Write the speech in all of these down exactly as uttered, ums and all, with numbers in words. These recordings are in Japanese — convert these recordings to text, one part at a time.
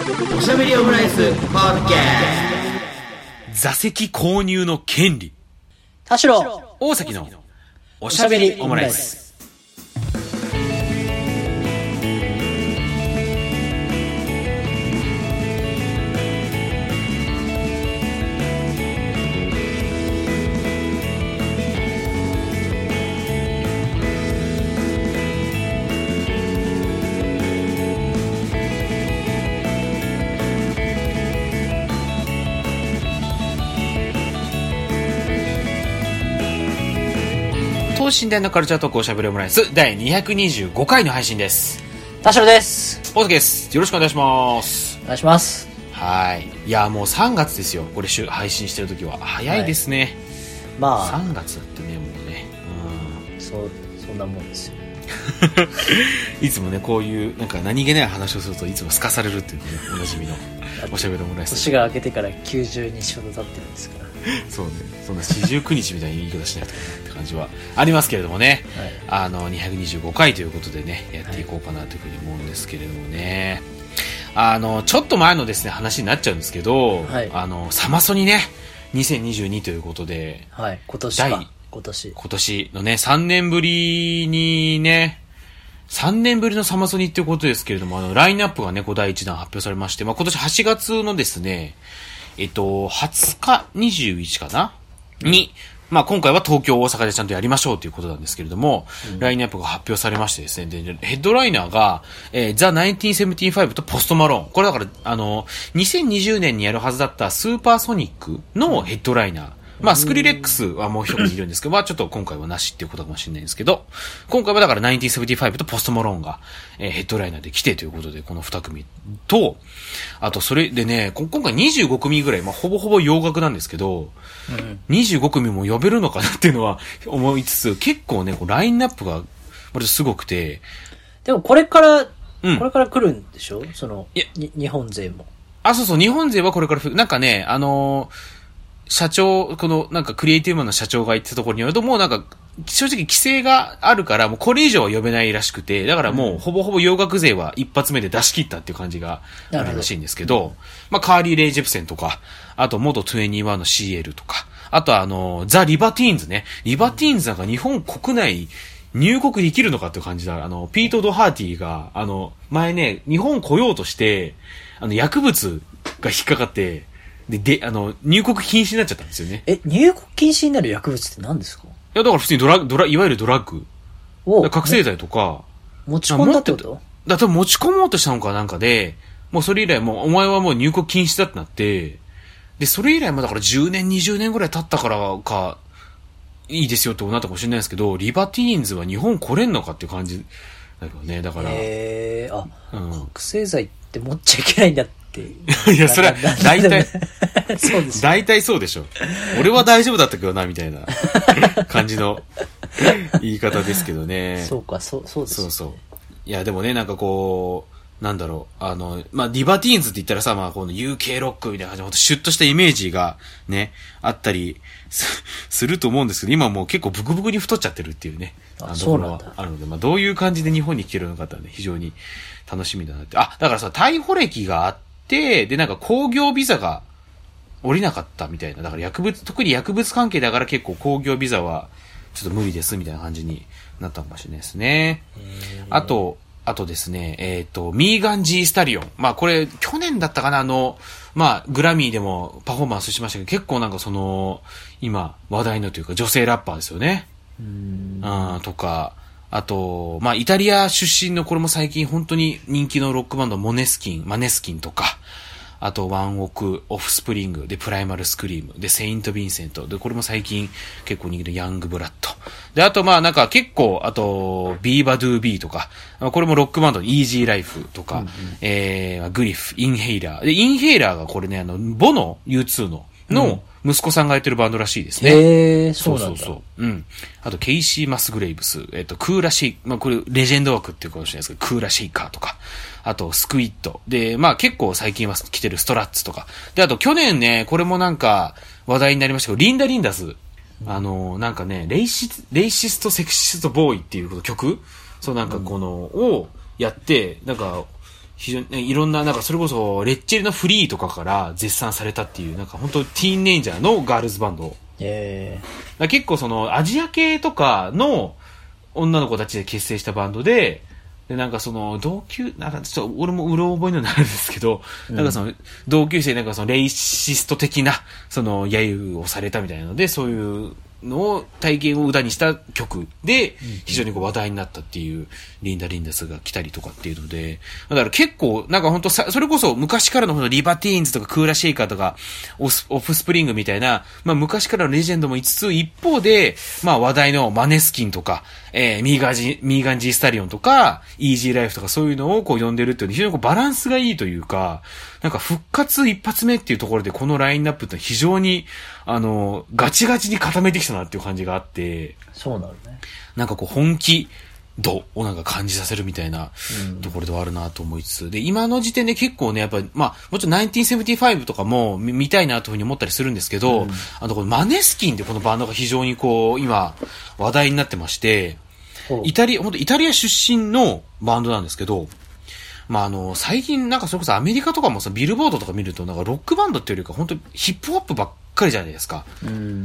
おしゃべりオムライスポッドキャスト。座席購入の権利。 田代大崎のおしゃべりオムライス。等身大のカルチャートークおしゃべりオムライスだいにひゃくにじゅうごかいの配信です。 田代です。 大崎です。よろしくお願いします。 お願いします。 はい。いやもうさんがつですよ。これ配信してる時は早いですね、はい、まあさんがつだってね、もうね、 うん、そうそんなもんですよいつもねこういうなんか何気ない話をするといつもすかされるっていうね、おなじみのおしゃべりオムライス。 年が明けてからきゅうじゅうにちほど経ってるんですからそうね、そんな四十九日みたいな言い方しないとって感じはありますけれどもね、はい、あのにひゃくにじゅうごかいということでねやっていこうかなというふうに思うんですけれどもね、はい、あのちょっと前のですね話になっちゃうんですけど、はい、あのサマソニねにせんにじゅうにということで、 はい、今年か今年今年のねさんねんぶりにねさんねんぶりのサマソニっていうことですけれども、あのラインナップがねこうだいいちだん発表されまして、まあ、今年はちがつのですねえっと、はつか、にじゅういちかなに、まあ今回は東京、大阪でちゃんとやりましょうということなんですけれども、うん、ラインナップが発表されましてですね、で、ヘッドライナーが、えー、ザ・ナインティーンセブンティーファイブとポストマローン。これだから、あの、にせんにじゅうねんにやるはずだったスーパーソニックのヘッドライナー。まあ、スクリレックスはもう一人いるんですけど、まあちょっと今回はなしっていうことかもしれないんですけど、今回はだからナインティーンセブンティーファイブとポストマローンが、えー、ヘッドライナーで来てということで、このに組と、あとそれでね、今回にじゅうごくみぐらい、まあほぼほぼ洋楽なんですけど、うん、にじゅうごくみも呼べるのかなっていうのは思いつつ、結構ね、こうラインナップが割とすごくて。 でもこれから、うん、これから来るんでしょその、いや日本勢も。 あ、そうそう、日本勢はこれから来る。なんかね、あのー、社長、このなんかクリエイティブマンの社長が言ってたところによるともうなんか正直規制があるからもうこれ以上は呼べないらしくて、だからもうほぼほぼ洋楽勢は一発目で出し切ったっていう感じがあるらしいんですけど、まあカーリー・レイ・ジェプセンとか、あと元にじゅういちの シーエル とか、あとはあの、ザ・リバティーンズね。リバティーンズなんか日本国内入国できるのかっていう感じだ。あの、ピート・ドハーティが、あの、前ね、日本来ようとして、あの、薬物が引っかかって、で、で、あの、入国禁止になっちゃったんですよね。 え、入国禁止になる薬物って何ですか？いや、だから普通にドラッグ、ドラ、いわゆるドラッグ。を覚醒剤とか。 持ち込んだってこと？ だから持ち込もうとしたのかなんかで、もうそれ以来もう、お前はもう入国禁止だってなって、で、それ以来もだからじゅうねん、にじゅうねんぐらい経ったからか、いいですよってなったかもしれないですけど、リバティーンズは日本来れんのかっていう感じだけどね、だから。 へー、あ、うん、覚醒剤って持っちゃいけないんだって。 いや、それは、大体、そうです。大体そうでしょ。俺は大丈夫だったけどな、みたいな感じの言い方ですけどね。 そうか、そう、そうです。 そうそう。いや、でもね、なんかこう、なんだろう、あの、まあ、リバティーンズって言ったらさ、まあ、この ユーケー ロックみたいな感じで、ほんとシュッとしたイメージがね、あったりす、すると思うんですけど、今もう結構ブクブクに太っちゃってるっていうね、 あのところはあるので、まあ、どういう感じで日本に来てるのかってね、非常に楽しみだなって。あ、だからさ、逮捕歴があって、で、で、なんか工業ビザが降りなかったみたいな。だから薬物、特に薬物関係だから結構工業ビザはちょっと無理ですみたいな感じになったかもしれないですね。あと、あとですね、えっと、ミーガン・ジー・スタリオン。まあこれ、去年だったかな、あの、まあ、グラミーでもパフォーマンスしましたけど、結構なんかその、今話題のというか女性ラッパーですよね。うん。あとか、あと、まあ、イタリア出身のこれも最近本当に人気のロックバンドモネスキン、マネスキンとか、あとワンオク、オフスプリング、で、プライマルスクリーム、で、セイント・ヴィンセント、で、これも最近結構人気のヤング・ブラッド。で、あとまあなんか結構、あと、ビーバ・ドゥ・ビーとか、これもロックバンドのイージー・ライフとか、うんうん、えー、グリフ、インヘイラー。で、インヘイラーがこれね、あの、ボノ ユーツー の、の、息子さんがやってるバンドらしいですね。 へー、そうなんだ。 そうそうそう。うん。あと、ケイシー・マスグレイブス、えっと、クーラシー、まあ、これ、レジェンド枠っていうかもしれないですけど、クーラシーカーとか、あと、スクイット。で、まあ、結構最近は来てるストラッツとか。で、あと、去年ね、これもなんか、話題になりましたけど、リンダ・リンダス。あの、なんかね、レイシ、レイシスト・セクシスト・ボーイっていう曲そう、なんかこの、をやって、なんか、 非常に、ね、いろんな、なんかそれこそ、レッチェルのフリーとかから絶賛されたっていう、なんか本当ティーンネイジャーのガールズバンド。 えー、結構その、アジア系とかの女の子たちで結成したバンドで、で、なんかその、同級、なんかちょっと、俺もうろ覚えのになるんですけど、うん、なんかその、同級生なんかその、レイシスト的な、その、揶揄をされたみたいなので、そういうのを、体験を歌にした曲で、非常にこう話題になったっていう、リンダ・リンダスが来たりとかっていうので、だから結構、なんか本当さ、それこそ昔からのほんとリバティーンズとかクーラシェイカーとか、オスオフスプリングみたいな、まあ昔からのレジェンドもいつつ、一方で、まあ話題のマネスキンとか、えー、ミーガンジ、ミーガンジースタリオンとか、イージーライフとかそういうのをこう呼んでるっていうのは非常にこうバランスがいいというか、なんか復活一発目っていうところでこのラインナップって非常に、あの、ガチガチに固めてきたなっていう感じがあって、 そうなのね。 なんかこう本気度をなんか感じさせるみたいなところではあるなと思いつつ、で、今の時点で結構ね、やっぱり、まあ、もちろんナインティーンセブンティファイブとかも見、見たいなというふうに思ったりするんですけど、うん、あの、このマネスキンってこのバンドが非常にこう、今、話題になってまして、イタリア、本当イタリア出身のバンドなんですけど、まあ、あの、最近なんかそれこそアメリカとかもさ、ビルボードとか見ると、なんかロックバンドっていうよりか、本当ヒップホップばっかりじゃないですか。うん、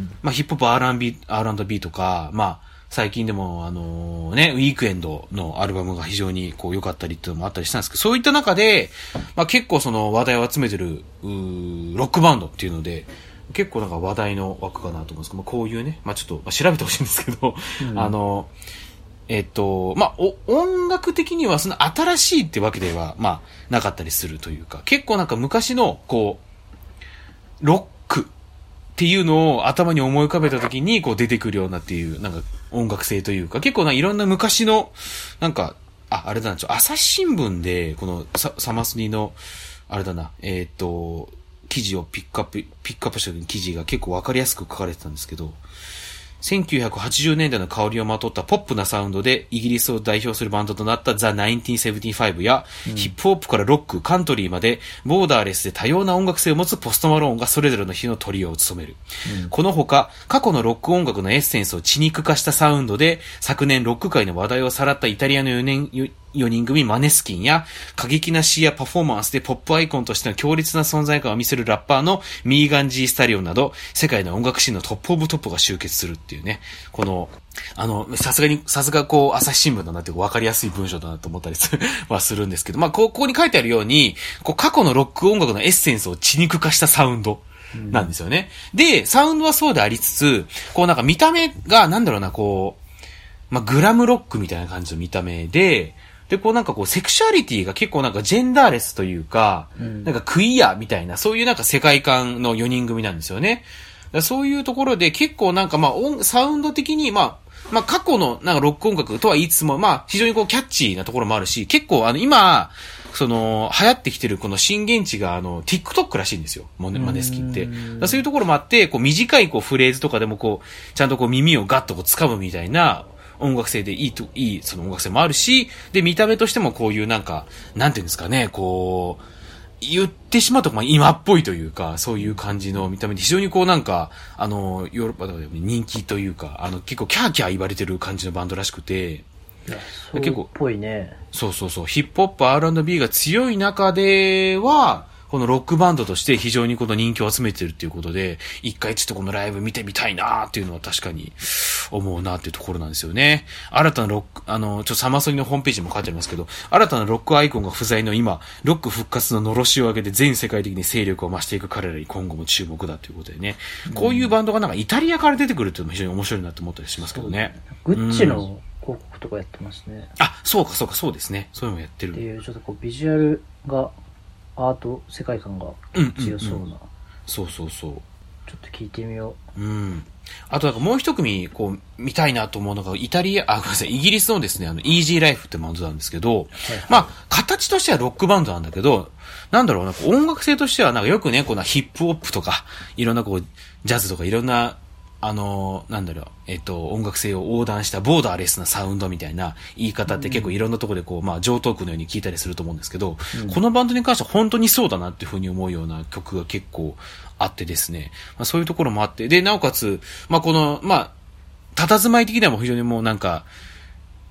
まあ、ヒップホップ アールアンドビー、アールアンドビー とか、まあ、最近でも、あのー、ね、ウィークエンドのアルバムが非常にこう良かったりっていうのもあったりしたんですけど、そういった中で、まあ結構その話題を集めてる、うーロックバンドっていうので、結構なんか話題の枠かなと思うんですけど、まあ、こういうね、まあちょっと、まあ、調べてほしいんですけど、うん、あの、えっと、まあ、お、音楽的にはその新しいってわけでは、まあ、なかったりするというか、結構なんか昔の、こう、ロックっていうのを頭に思い浮かべたときに、こう出てくるようなっていう、なんか音楽性というか、結構ないろんな昔の、なんか、あ、あれだな、ちょ、朝日新聞で、このサ、サマスニの、あれだな、えー、っと、記事をピックアップ、ピックアップした記事が結構わかりやすく書かれてたんですけど、せんきゅうひゃくはちじゅうねんだいの香りをまとったポップなサウンドでイギリスを代表するバンドとなったザ・ナインティーンセブンティファイブや、うん、ヒップホップからロック、カントリーまでボーダーレスで多様な音楽性を持つポストマローンがそれぞれの日のトリオを務める。うん、このほか、過去のロック音楽のエッセンスを血肉化したサウンドで昨年ロック界の話題をさらったイタリアのよねん、よにん組マネスキンや過激な詩やパフォーマンスでポップアイコンとしての強烈な存在感を見せるラッパーのミーガン・ジー・スタリオンなど世界の音楽シーンのトップオブトップが集結するっていうね、このあのさすがにさすがこう朝日新聞だなって分かりやすい文章だなと思ったりはするんですけど、まあここに書いてあるようにこう過去のロック音楽のエッセンスを血肉化したサウンドなんですよね。うん、でサウンドはそうでありつつ、こうなんか見た目がなんだろうな、こうまあグラムロックみたいな感じの見た目で。で、こうなんかこうセクシュアリティが結構なんかジェンダーレスというか、うん、なんかクイアみたいな、そういうなんか世界観のよにん組なんですよね。だそういうところで結構なんかまあ音、サウンド的にまあ、まあ過去のなんかロック音楽とは言いつつもまあ非常にこうキャッチーなところもあるし、結構あの今、その流行ってきてるこの震源地があの TikTok らしいんですよ。マネスキンって。だそういうところもあって、こう短いこうフレーズとかでもこう、ちゃんとこう耳をガッとこう掴むみたいな、音楽性でいいと、いい、その音楽性もあるし、で、見た目としてもこういうなんか、なんていうんですかね、こう、言ってしまうと、まあ、今っぽいというか、そういう感じの見た目で非常にこうなんか、あの、ヨーロッパでも人気というか、あの、結構キャーキャー言われてる感じのバンドらしくて、 結構、っぽいね。 そうそうそう、ヒップホップ アールアンドビー が強い中では、このロックバンドとして非常にこの人気を集めてるっていうことで、一回ちょっとこのライブ見てみたいなーっていうのは確かに思うなっていうところなんですよね。新たなロック、あの、ちょっとサマソニのホームページにも書いてありますけど、新たなロックアイコンが不在の今、ロック復活ののろしを上げて全世界的に勢力を増していく彼らに今後も注目だということでね。うん、こういうバンドがなんかイタリアから出てくるっていうのも非常に面白いなと思ったりしますけどね。 グッチの広告とかやってますね。 うん、あ、そうかそうかそうですね。そういうのもやってる。 っていうちょっとこうビジュアルが、アート世界観が強そうな、うんうんうん、 そうそうそう、 ちょっと聞いてみよう。うん。あとなんかもう一組こう見たいなと思うのがイタリア、あ、ごめんなさい、イギリスのですね、あのイージーライフってバンドなんですけど、はいはい、まあ形としてはロックバンドなんだけど、なんだろうな、音楽性としてはなんかよくね、このヒップホップとかいろんなこうジャズとかいろんなあの、なんだろう、えっと、音楽性を横断したボーダーレスなサウンドみたいな言い方って結構いろんなところでこう、まあ、上トークのように聞いたりすると思うんですけど、うん、このバンドに関しては本当にそうだなっていうふうに思うような曲が結構あってですね、まあ、そういうところもあって、で、なおかつ、まあ、この、まあ、佇まい的にはもう非常にもうなんか、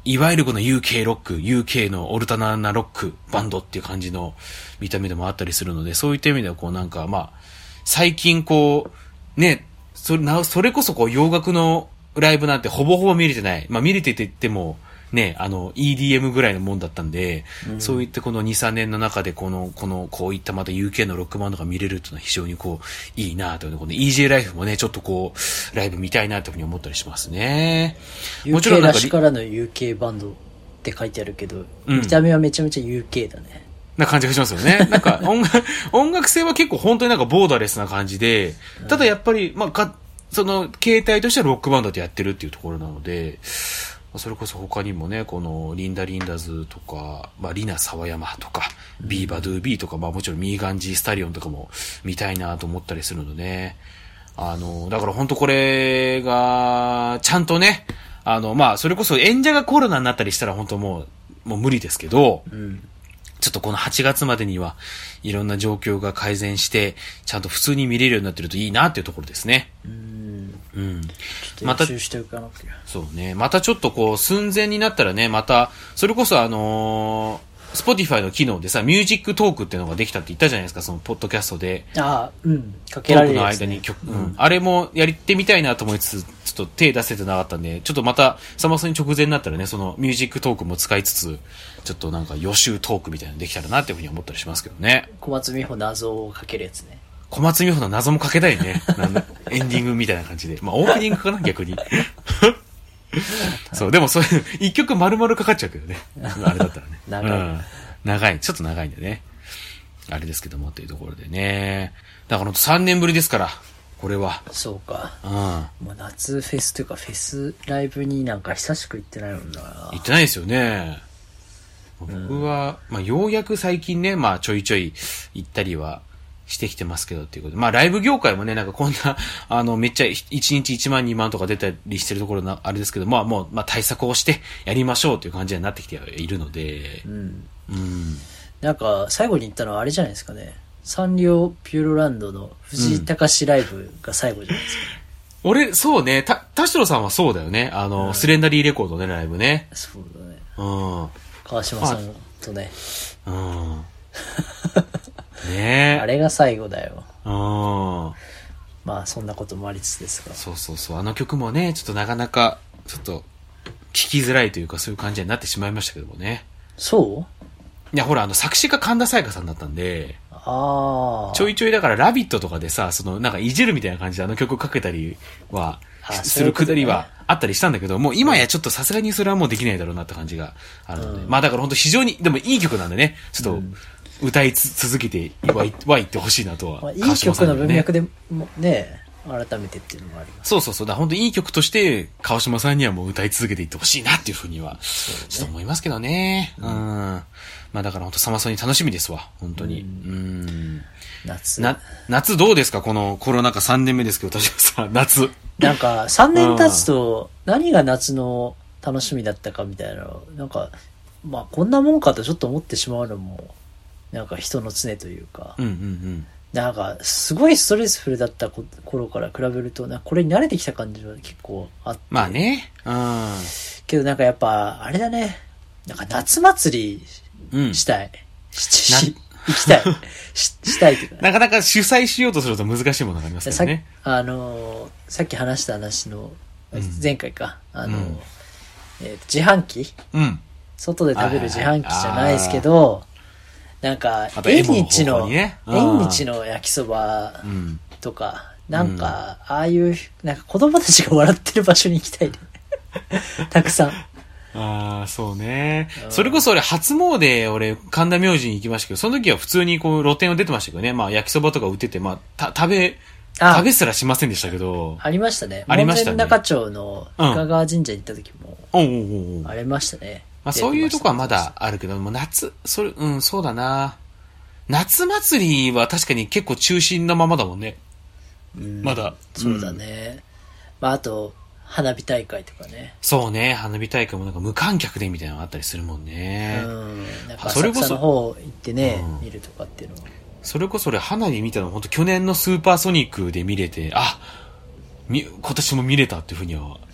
いわゆるこの ユーケー ロック、ユーケー のオルタナなロックバンドっていう感じの見た目でもあったりするので、そういった意味ではこうなんかまあ、最近こう、ね、それな、それこそこう洋楽のライブなんてほぼほぼ見れてない。まあ見れてて言っても、ね、あの、イーディーエム ぐらいのもんだったんで、うん、そういったこのに、さんねんの中でこの、この、こういったまた ユーケー のロックバンドが見れるっていうのは非常にこう、いいなというこの イージェー ライフもね、ちょっとこう、ライブ見たいなというふうに思ったりしますね。 もちろんなんか。ユーケーらしからの ユーケー バンドって書いてあるけど、うん、見た目はめちゃめちゃ ユーケー だね。 な感じがしますよね。なんか音楽、音楽性は結構本当になんかボーダーレスな感じで、ただやっぱり、まあ、か、その、形態としてはロックバンドでやってるっていうところなので、それこそ他にもね、このリンダ・リンダズとか、まあリナ・サワヤマとか、うん、ビーバ・ドゥ・ビーとか、まあもちろんミーガン・ジー・スタリオンとかも見たいなと思ったりするのでね。あの、だから本当これが、ちゃんとね、あの、まあそれこそ演者がコロナになったりしたら本当もう、もう無理ですけど、うん、ちょっとこのはちがつまでにはいろんな状況が改善して、ちゃんと普通に見れるようになってるといいなっていうところですね。うんうん。 また、そうね。またちょっとこう、寸前になったらね、また、それこそあのー、Spotify の機能でさ、ミュージックトークっていうのができたって言ったじゃないですか、その、ポッドキャストで。 ああ、うん。かけられるやつ、ね。 トークの間に曲、うん、うん。あれもやってみたいなと思いつつ、ちょっと手出せてなかったんで、ちょっとまた、サマソに直前になったらね、その、ミュージックトークも使いつつ、ちょっとなんか予習トークみたいなのできたらなっていうふうに思ったりしますけどね。 小松美穂謎をかけるやつね。 小松美穂の謎もかけたいね。エンディングみたいな感じで。まあ、オープニングかな、逆に。そう、でもそういう、一曲丸々かかっちゃうけどね。あれだったらね。 長い、うん。 長い。ちょっと長いんでね。あれですけども、っていうところでね。だからさんねんぶりですから、これは。 そうか。 うん。 もう夏フェスというか、フェスライブになんか久しく行ってないもんな。 行ってないですよね。僕は、うん、まあ、ようやく最近ね、まあ、ちょいちょい行ったりは、してきてますけどっていうことで。まあライブ業界もね、なんかこんな、あの、めっちゃいちにちいちまんにまんとか出たりしてるところな、あれですけど、まあもう、まあ対策をしてやりましょうという感じになってきているので。 うん。 うん。 なんか最後に言ったのはあれじゃないですかね。サンリオピューロランドの藤井隆ライブが最後じゃないですか。 うん、俺、そうね、た、田代さんはそうだよね。あの、うん、スレンダリーレコードね、ライブね。 そうだね。 うん。 川島さんとね。 うん。ねえ。 あれが最後だよ。 うん。 まあそんなこともありつつですが。 そうそうそう。あの曲もね、ちょっとなかなか、ちょっと、聴きづらいというかそういう感じになってしまいましたけどもね。 そういや、ほら、あの、作詞が神田沙也加さんだったんで、 ああ。 ちょいちょいだからラビットとかでさ、その、なんかいじるみたいな感じであの曲かけたりは、するくだりはあったりしたんだけど、もう今やちょっとさすがにそれはもうできないだろうなって感じがあるので。うん、まあだから本当非常に、でもいい曲なんでね、ちょっと、うん歌いつ続けては言ってほしいなとは、 まあ、いい曲の文脈でもね改めてっていうのもあります。 そうそうそうだ本当にいい曲として川島さんにはもう歌い続けていってほしいなっていうふうにはちょっと思いますけどね。うん。うんまあだから本当サマソニ楽しみですわ本当に。うん。うん夏な夏どうですかこのコロナ禍さんねんめですけど確かさ夏。 なんかさんねん経つと何が夏の楽しみだったかみたいなのなんかまあこんなもんかとちょっと思ってしまうのも。なんか人の常というか、 うんうんうん、 なんかすごいストレスフルだった頃から比べるとなんかこれに慣れてきた感じは結構あってまあね、うん、 けどなんかやっぱあれだねなんか夏祭りしたい、うん、しし行きたいししたいというか、ね、 なかなか主催しようとすると難しいものがありますよね。 あのさっき話した話の、うん、前回かあの、うんえー、自販機、 うん、 外で食べる自販機じゃないですけど。なんか、縁日の、ね、縁日の焼きそばとか、うん、なんか、ああいう、なんか子供たちが笑ってる場所に行きたいね。たくさん。 ああ、そうね。それこそ俺、初詣、俺、神田明神に行きましたけど、その時は普通にこう、露店を出てましたけどね。まあ、焼きそばとか売ってて、まあ、た、食べ、食べすらしませんでしたけど。 ありましたね。 ありましたね。 門前仲町の深川神社に行った時も、 うん、おうおうおうありましたね。 まあそういうとこはまだあるけど、もう夏、それ、うん、そうだな。夏祭りは確かに結構中心なままだもんね。 うん、 まだ。 そうだね。うん、まああと、花火大会とかね。 そうね、花火大会もなんか無観客でみたいなのがあったりするもんね。 うん。なんか浅草の方行ってね、うん、見るとかっていうのは。 それこそ俺花火見たの本当去年のスーパーソニックで見れて、あ、み今年も見れたっていうふうには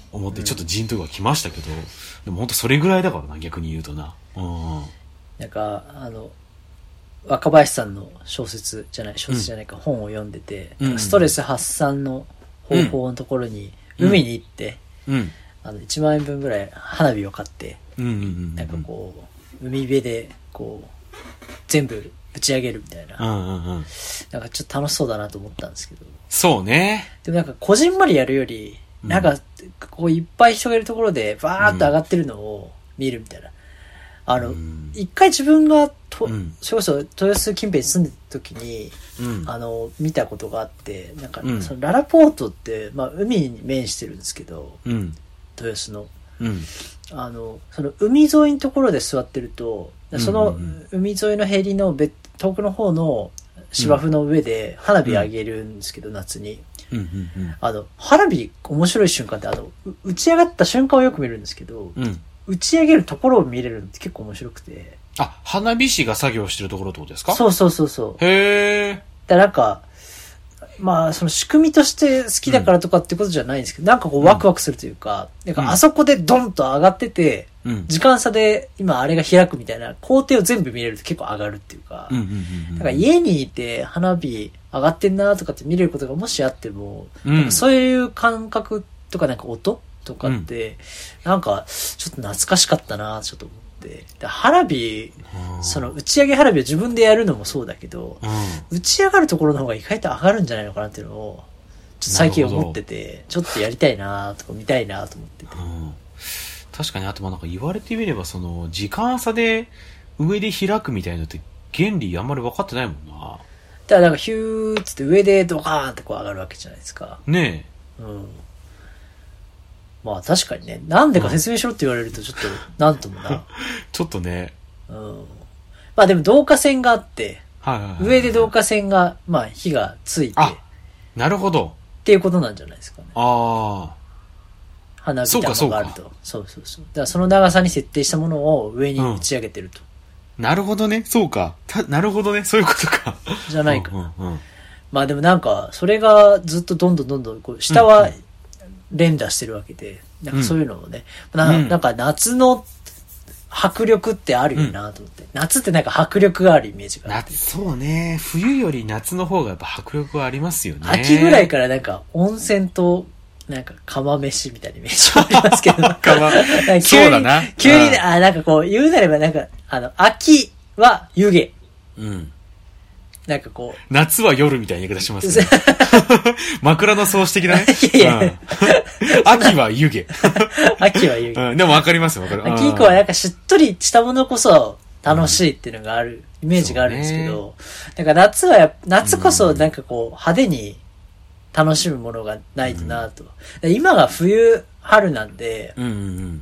思ってちょっとジーンとが来ましたけど、うん、でも本当それぐらいだからな、逆に言うとな。うん。 なんか、あの、若林さんの小説じゃない、小説じゃないか、うん、本を読んでて、うん、ストレス発散の方法のところに、海に行って、うん、あの、いちまんえんぶんぐらい花火を買って、うんうんうんうん、なんかこう、海辺で、こう、全部打ち上げるみたいな、うんうんうん、なんかちょっと楽しそうだなと思ったんですけど。 そうね。でもなんか、こじんまりやるより、なんか、こう、いっぱい人がいるところで、バーッと上がってるのを見るみたいな。あの、一、うん、回自分がと、うん、それこそ豊洲近辺に住んでた時に、うん、あの、見たことがあって、なんか、うん、そのララポートって、まあ、海に面してるんですけど、うん、豊洲の、うん、あの、その海沿いのところで座ってると、その海沿いのへりの別遠くの方の芝生の上で花火あげるんですけど、うん、夏に、うんうんうん。あの、花火面白い瞬間って、あの、打ち上がった瞬間をよく見るんですけど、うん打ち上げるところを見れるのって結構面白くて。 あ、花火師が作業してるところってことですか？ そうそうそうそう。 へー。 だなんか、まあ、その仕組みとして好きだからとかってことじゃないんですけど、うん、なんかこうワクワクするというか、うん、なんかあそこでドンと上がってて、うん、時間差で今あれが開くみたいな工程を全部見れると結構上がるっていうか、うんうんうんうん、だから家にいて花火上がってんなとかって見れることがもしあっても、うん、なんかそういう感覚とかなんか音とかって、うん、なんかちょっと懐かしかったなちょっと思って、で花火、うん、その打ち上げ花火を自分でやるのもそうだけど、うん、打ち上がるところの方が意外と上がるんじゃないのかなっていうのをちょっと最近思ってて、ちょっとやりたいなとか見たいなと思ってて、うん、 確かに。あとまあなんか言われてみればその時間差で上で開くみたいなのって原理あんまり分かってないもんな。だからなんかヒューっつって上でドカーンってこう上がるわけじゃないですか。 ねえ。 うん。まあ確かにね、なんでか説明しろって言われるとちょっと、なんともな。 ちょっとね。 うん。まあでも導火線があって、はいはいはいはい、上で導火線が、まあ火がついて。あ、 なるほど。 っていうことなんじゃないですかね。 ああ。 花火玉があると。そうそうそう。だからその長さに設定したものを上に打ち上げてると。 うん、なるほどね。そうか。たなるほどね。そういうことか。 じゃないかな。うんうんうん、まあでもなんか、それがずっとどんどんどんどん、こう下は、うんうん連打してるわけで、なんかそういうのをね、うん、な, なんか夏の迫力ってあるよなと思って、うん、夏ってなんか迫力があるイメージがあって。 そうね、冬より夏の方がやっぱ迫力はありますよね。 秋ぐらいからなんか温泉となんか釜飯みたいなイメージがありますけど。釜急にそうだな。 急に、うん、あ、なんかこう言うなればなんか、あの、秋は湯気。うん。なんかこう。 夏は夜みたいな言い方しますね。枕草子的なね。いやいや、うん、秋は湯気。 秋は湯気、 うん。でもわかりますよ、わかる。 秋以降はなんかしっとりしたものこそ楽しいっていうのがある、うん、イメージがあるんですけど、なんか夏はや、夏こそなんかこう派手に楽しむものがないとなと、うん。今が冬、春なんで、うんうんうん、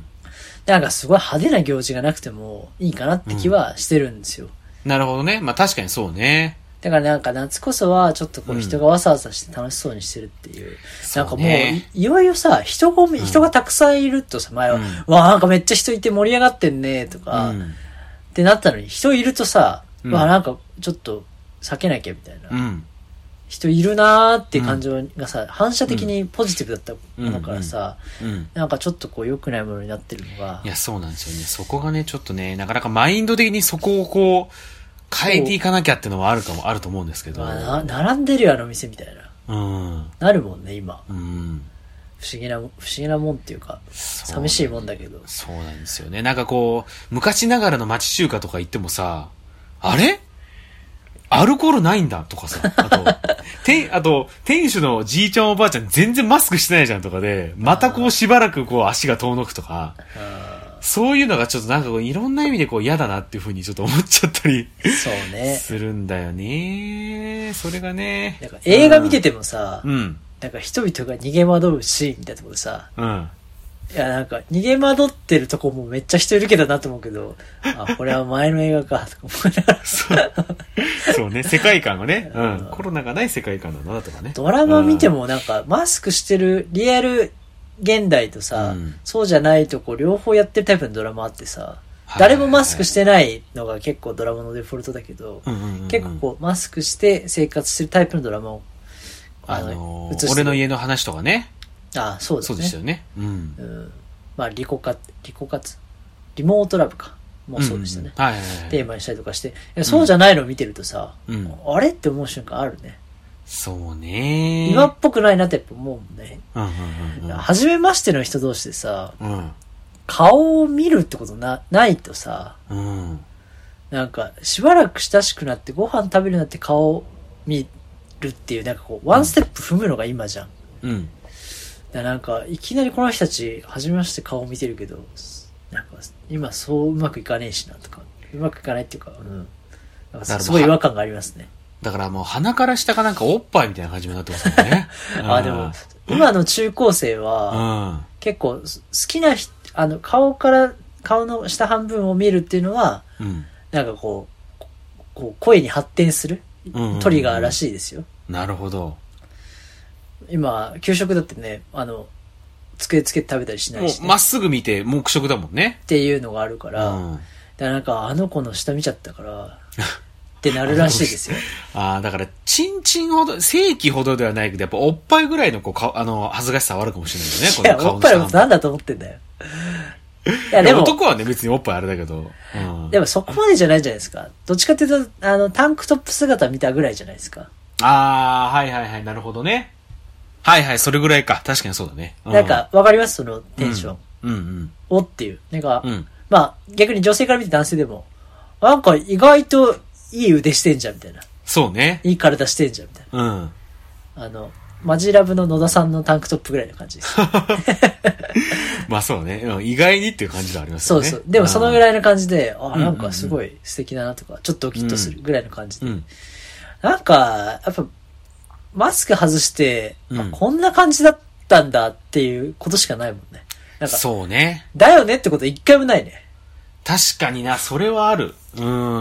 なんかすごい派手な行事がなくてもいいかなって気はしてるんですよ。 うん、なるほどね。まあ確かにそうね。 だからなんか夏こそはちょっとこう人がわさわさして楽しそうにしてるっていう。うん、なんかもう い, いよいよさ、人が、人がたくさんいるとさ、前は、うん、わあなんかめっちゃ人いて盛り上がってんねとか、うん、ってなったのに人いるとさ、うん、わあなんかちょっと避けなきゃみたいな。うん、人いるなーって感情がさ、反射的にポジティブだったものからさ、うんうんうん、なんかちょっとこう良くないものになってるのが。 いや、そうなんですよね。そこがね、ちょっとね、なかなかマインド的にそこをこう、変えていかなきゃっていうのはあるかも、あると思うんですけど。 まあ、な並んでるよ、あの店みたいな。うん。なるもんね、今。うん。不思議な、不思議なもんっていうか、寂しいもんだけど。 そうなんですよね。なんかこう、昔ながらの町中華とか行ってもさ、あれアルコールないんだとかさ、あと、てあと、店主のじいちゃんおばあちゃん全然マスクしてないじゃんとかで、またこうしばらくこう足が遠のくとか、そういうのがちょっとなんかこういろんな意味でこう嫌だなっていう風にちょっと思っちゃったりそうねするんだよね。それがね。 なんか映画見ててもさ、うん、なんか人々が逃げ惑うシーンみたいなところでさ、うん、いやなんか逃げ惑ってるとこもめっちゃ人いるけどなと思うけど、あこれは前の映画かとか思いながらそう、そうね世界観がね、うん、コロナがない世界観なんだなとかね。 ドラマ見てもなんかマスクしてるリアル現代とさ、うん、そうじゃないとこ両方やってるタイプのドラマあってさ、誰もマスクしてないのが結構ドラマのデフォルトだけど、うんうんうん、結構こうマスクして生活してるタイプのドラマをあのー、俺の家の話とかね、 ああ、そうですね。 そうでしたよね。うん。うん、 まあ、リコカ、リコカツリモートラブか。もうそうでしたね。 うん、はいはいはい。 テーマにしたりとかして。いやそうじゃないのを見てるとさ、 うん、 あれって思う瞬間あるね。 そうね。 今っぽくないなってやっぱ思うもんね。 うんうんうんうん、 初めましての人同士でさ、 うん、 顔を見るってことな、ないとさ、 うん、 なんか、しばらく親しくなってご飯食べるようになって顔を見るっていう、なんかこう、ワンステップ踏むのが今じゃん。 うん。 だなんか、いきなりこの人たち、初めまして顔を見てるけど、なんか、今そううまくいかねえしなとか、うまくいかないっていうか、うん。なんかすごい違和感がありますね。 だからもう鼻から下がなんかおっぱいみたいな感じになってますもんね。 あ、でも、今の中高生は、うん、結構好きな人、あの、顔から、顔の下半分を見るっていうのは、うん、なんかこう、こう声に発展するトリガーらしいですよ。 なるほど。 今、給食だってね、あの、机つけて食べたりしないし、ね。 もうまっすぐ見て黙食だもんね。 っていうのがあるから、うん、だからなんかあの子の下見ちゃったから、ってなるらしいですよ。 ああ、だから、チンチンほど、正規ほどではないけど、やっぱおっぱいぐらいのこうか、あの、恥ずかしさはあるかもしれないよね、この顔の下。 いや、おっぱいのことなんだと思ってんだよ。 いや、でも。男はね、別におっぱいあれだけど。 うん、でもそこまでじゃないじゃないですか。どっちかっていうと、あの、タンクトップ姿見たぐらいじゃないですか。 ああ、はいはいはい、なるほどね。はいはい、それぐらいか。確かにそうだね。 うん、なんか、わかりますそのテンション。 うん。うんうん。 おっていう。なんか、うん、まあ、逆に女性から見て男性でも、なんか意外といい腕してんじゃん、みたいな。 そうね。 いい体してんじゃん、みたいな。 うん。 あの、マジラブの野田さんのタンクトップぐらいの感じです。 まあそうね。意外にっていう感じがありますよね。 そうそう。でもそのぐらいの感じで、あ、なんかすごい素敵だなとか、ちょっとドキッとするぐらいの感じで。うん、なんか、やっぱ、マスク外して、うん、こんな感じだったんだっていうことしかないもんね。なんかそうね。 だよねってこと一回もないね。 確かにな、それはある。うん。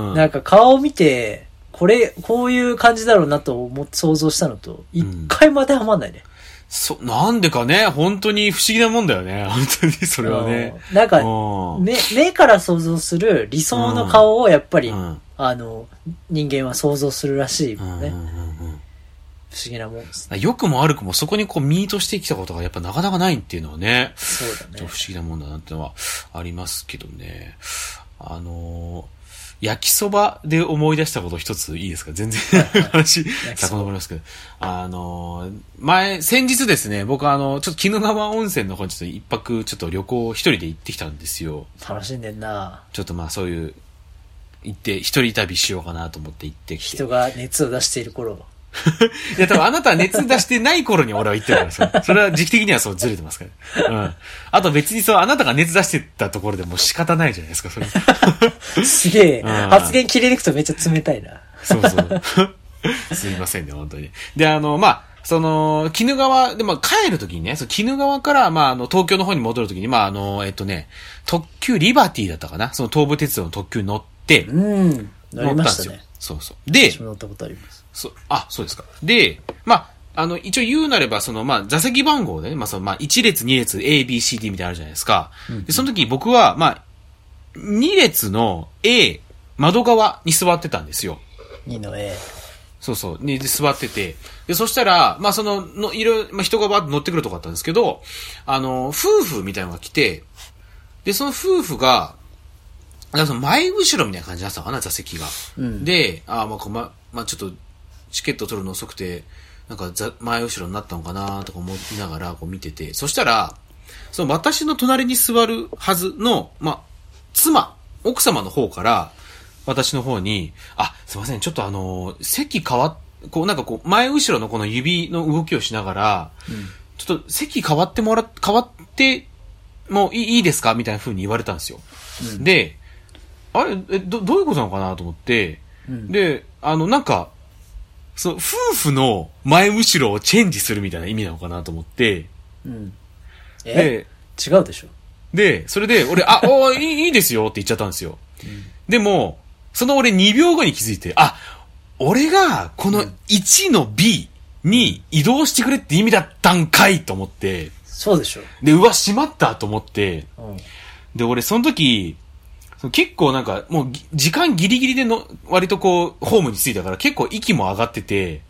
なんか顔を見て、これ、こういう感じだろうなと思って想像したのと、一回も当てはまんないね、うん。 そ、なんでかね、本当に不思議なもんだよね。本当に、それはね。 なんか、目、目から想像する理想の顔をやっぱり、うん、あの、人間は想像するらしいもんね。うんうんうん、不思議なもんですね。 良くも悪くもそこにこうミートしてきたことがやっぱなかなかないっていうのはね。 そうだね。 不思議なもんだなってのはありますけどね。あのー、焼きそばで思い出したこと一ついいですか？全然話、遡りますけど。あのー、前、先日ですね、僕あの、ちょっと鬼怒川温泉の方にちょっと一泊ちょっと旅行一人で行ってきたんですよ。 楽しんでんな。 ちょっとまあそういう、行って、一人旅しようかなと思って行ってきて。 人が熱を出している頃。 いや、多分あなたは熱出してない頃に俺は言ってるからさ。それは時期的にはそうずれてますから。うん。あと別にそう、あなたが熱出してたところでもう仕方ないじゃないですか、それ。 すげえ、うん。発言切り抜くとめっちゃ冷たいな。 そうそう。すいませんね、本当に。で、あの、まあ、その、鬼怒川、で、まあ、帰るときにね、その鬼怒川から、まあ、あの、東京の方に戻るときに、まあ、あの、えっとね、特急リバティだったかな、その東武鉄道の特急に乗って、 うん、乗りましたね。 そうそう。で、 私も乗ったことあります。 そう、あ、そうですか。で、まあ、あの、一応言うなれば、その、まあ、座席番号でね、まあ、その、まあ、いち列、に列、A、B、C、D みたいなのあるじゃないですか。うんうん、で、その時僕は、まあ、に列の A、窓側に座ってたんですよ。 にの A。 そうそう。にで座ってて。で、そしたら、まあ、その、の、いろいろ、まあ、人がバーッと乗ってくるとこだったんですけど、あの、夫婦みたいなのが来て、で、その夫婦が、なんかその前後ろみたいな感じになってたのかな、座席が。うん、で、あまあ、こうま、まあ、ちょっと、チケット取るの遅くて、なんか前後ろになったのかなとか思いながらこう見てて、そしたら、その私の隣に座るはずの、まあ、妻、奥様の方から、私の方に、あ、すいません、ちょっとあの、席変わっ、こうなんかこう、前後ろのこの指の動きをしながら、うん、ちょっと席変わってもら、変わってもいい、いいですかみたいな風に言われたんですよ。うん、で、あれ、え、ど、どういうことなのかなと思って、うん、で、あの、なんか、その、夫婦の前後ろをチェンジするみたいな意味なのかなと思って、 うん。えで、違うでしょ。 で、それで、俺、あ、おいい、いいですよって言っちゃったんですよ。うん、でも、その俺にびょうごに気づいて、あ、俺がこのいちの B に移動してくれって意味だったんかいと思って。 そうでしょ。 で、うわ、しまったと思って。 うん、 で、俺、その時、結構なんか、もう、時間ギリギリでの、割とこう、ホームに着いたから結構息も上がってて、うん、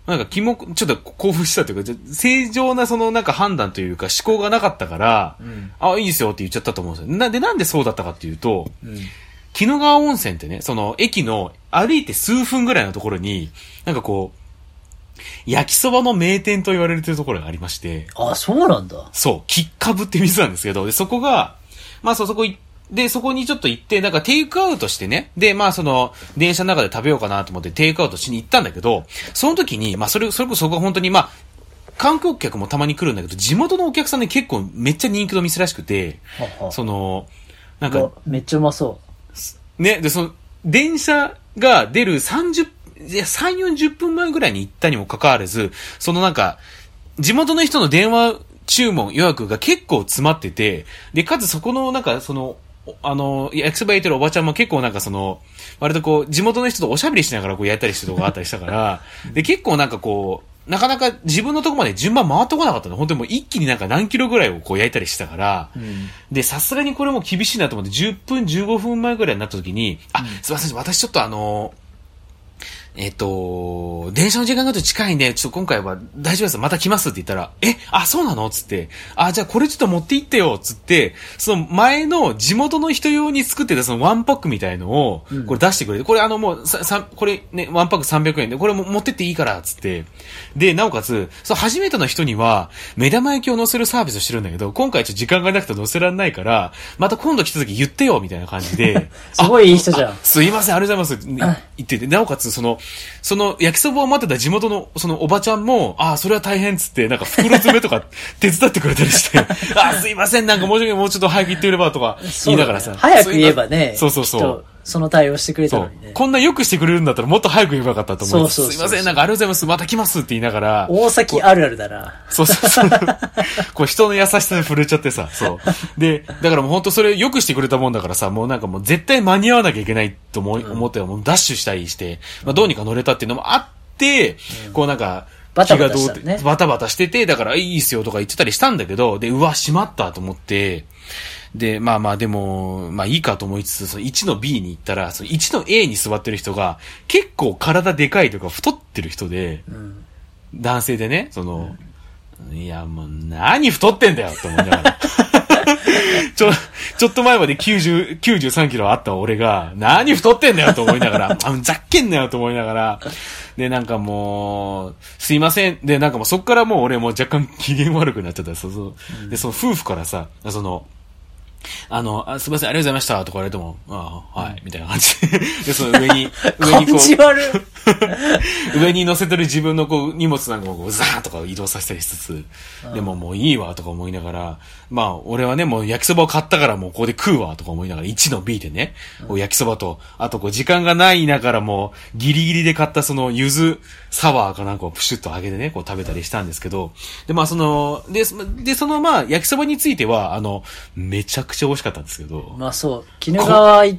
なんか気も、ちょっと興奮したというか、正常なそのなんか判断というか思考がなかったから、うん、あ、いいですよって言っちゃったと思うんですよ。なんで、なんでそうだったかっていうと、うん、鬼怒川温泉ってね、その駅の歩いて数分ぐらいのところに、なんかこう、焼きそばの名店と言われてるところがありまして。 あ、そうなんだ。 そう、きっかぶって店なんですけど、で、そこが、まあそ、そこ行って、で、そこにちょっと行って、なんかテイクアウトしてね。で、まあその、電車の中で食べようかなと思ってテイクアウトしに行ったんだけど、その時に、まあそれ、それこそそこが本当に、まあ、観光客もたまに来るんだけど、地元のお客さんね結構めっちゃ人気の店らしくて、ははその、なんか、 めっちゃうまそう。 ね、で、その、電車が出るさんじゅう、いや、さん、よんじゅっぷんまえぐらいに行ったにもかかわらず、そのなんか、地元の人の電話注文予約が結構詰まってて、で、かつそこのなんか、その、あの、焼きそば焼いてるおばちゃんも結構なんかその、割とこう、地元の人とおしゃべりしながらこう焼いたりしてるとこがあったりしたから、で、結構なんかこう、なかなか自分のとこまで順番回ってこなかったの。本当にもう一気になんか何キロぐらいをこう焼いたりしたから、うん、で、さすがにこれも厳しいなと思って、じゅっぷん、じゅうごふんまえぐらいになった時に、あ、すいません、私ちょっとあの、えっと、電車の時間がちょっと近いんで、ちょっと今回は大丈夫です。また来ますって言ったら、え、あ、そうなのつって、あ、じゃあこれちょっと持って行ってよつって、その前の地元の人用に作ってたそのワンパックみたいのを、これ出してくれて、うん、これあのもう、さ、さ、これね、ワンパックさんびゃくえんで、これも持ってっていいからつって、で、なおかつ、そう、初めての人には、目玉焼きを乗せるサービスをしてるんだけど、今回ちょっと時間がなくて乗せられないから、また今度来た時言ってよみたいな感じで。 すごいいい人じゃん。 すいません、ありがとうございます。言ってて、なおかつその、その焼きそばを待ってた地元のそのおばちゃんも、ああ、それは大変っつって、なんか袋詰めとか手伝ってくれたりして、ああ、すいません、なんか申し訳ない、もうちょっと早く行ってくればとか言いながらさ。 ね、早く言えばね。 そうそうそう。 その対応してくれたのにね。 こんな良くしてくれるんだったらもっと早く言えばよかったと思います。そうそうそうそう。すいません、なんかありがとうございます、また来ますって言いながら。 大崎あるあるだな。 そうそうそう。こう人の優しさに触れちゃってさ、そう。で、だからもう本当それ良くしてくれたもんだからさ、もうなんかもう絶対間に合わなきゃいけないと思,、うん、思って、もうダッシュしたりして、まあどうにか乗れたっていうのもあって、うん、こうなんか、 バタバタしたね。 バタバタしてて、だからいいっすよとか言ってたりしたんだけど、で、うわ、しまったと思って、で、まあまあでも、まあいいかと思いつつ、そのいちの ビー に行ったら、そのいちの エー に座ってる人が、結構体でかいとか太ってる人で、うん、男性でね、その、うん、いやもう何太ってんだよと思いながら。ちょ、ちょっと前まできゅうじゅう、きゅうじゅうさんキロあった俺が、何太ってんだよと思いながら、あ、ざっけんなよと思いながら、で、なんかもう、すいません。で、なんかもうそっからもう俺もう若干機嫌悪くなっちゃった。そうそう。で、その夫婦からさ、その、あの、あすみません、ありがとうございましたとか言われても、ああ、はい、みたいな感じで。で、その上に、上にこう、上に乗せてる自分のこう荷物なんかもこうザーンとか移動させたりしつつ、でももういいわとか思いながら、まあ俺はね、もう焼きそばを買ったからもうここで食うわとか思いながら、いちの ビー でね、こう焼きそばと、あとこう時間がないながらもうギリギリで買ったその柚子サワーかなんかをプシュッと揚げてね、こう食べたりしたんですけど、で、まあその、で、で、そのまあ焼きそばについては、あの、めちゃくちゃ美味しかったんですけど。 まあそう、鬼怒川行って、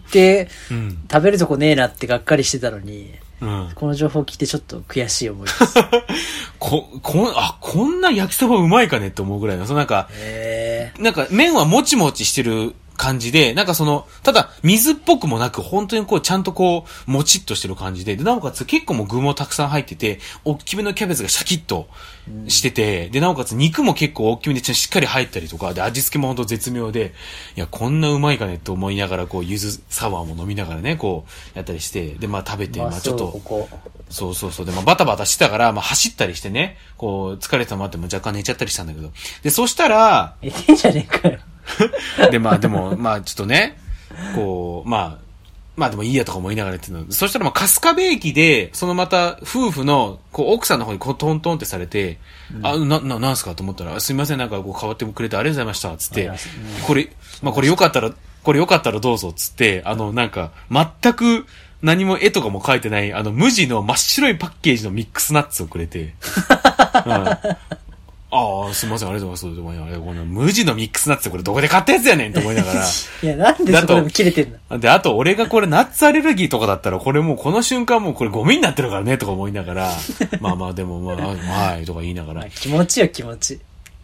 うん、食べるとこねえなってがっかりしてたのに、うん、この情報聞いてちょっと悔しい思いです。 こ、こん、あ、こんな焼きそばうまいかねって思うぐらいの、そのなんか、なんか麺はもちもちしてる感じで、なんかその、ただ水っぽくもなく、本当にこうちゃんとこう、もちっとしてる感じで、で、なおかつ結構もう具もたくさん入ってて、大きめのキャベツがシャキッとしてて、で、なおかつ肉も結構大きめでしっかり入ったりとか、で、味付けも本当絶妙で、いや、こんなうまいかねって思いながら、こう、柚子サワーも飲みながらね、こう、やったりして、で、まあ食べて、まあちょっと、ここそうそうそう、で、まあバタバタしてたから、まあ走ったりしてね、こう、疲れたまっても若干寝ちゃったりしたんだけど、で、そしたら、 ええじゃねえかよ。 で、まあでも、まあちょっとね、こう、まあ、まあでもいいやとか思いながら言ってるの。そしたらまあ春日部駅で、そのまた夫婦の、こう奥さんの方にこうトントンってされて、うん、あ、な、な、なんすかと思ったら、すみません、なんかこう変わってくれてありがとうございました、つって、これ、まあこれよかったら、これよかったらどうぞ、つって、あの、なんか、全く何も絵とかも書いてない、あの、無地の真っ白いパッケージのミックスナッツをくれて、うんああ、すみません、ありがとうございます。この無地のミックスナッツこれどこで買ったやつやねんと思いながら。 いや、なんでそこでも切れてんので、あと俺がこれナッツアレルギーとかだったら、これもうこの瞬間もうこれゴミになってるからねとか思いながら、まあまあでもまあ、はい、とか言いながら。 気持ちよ、気持ち。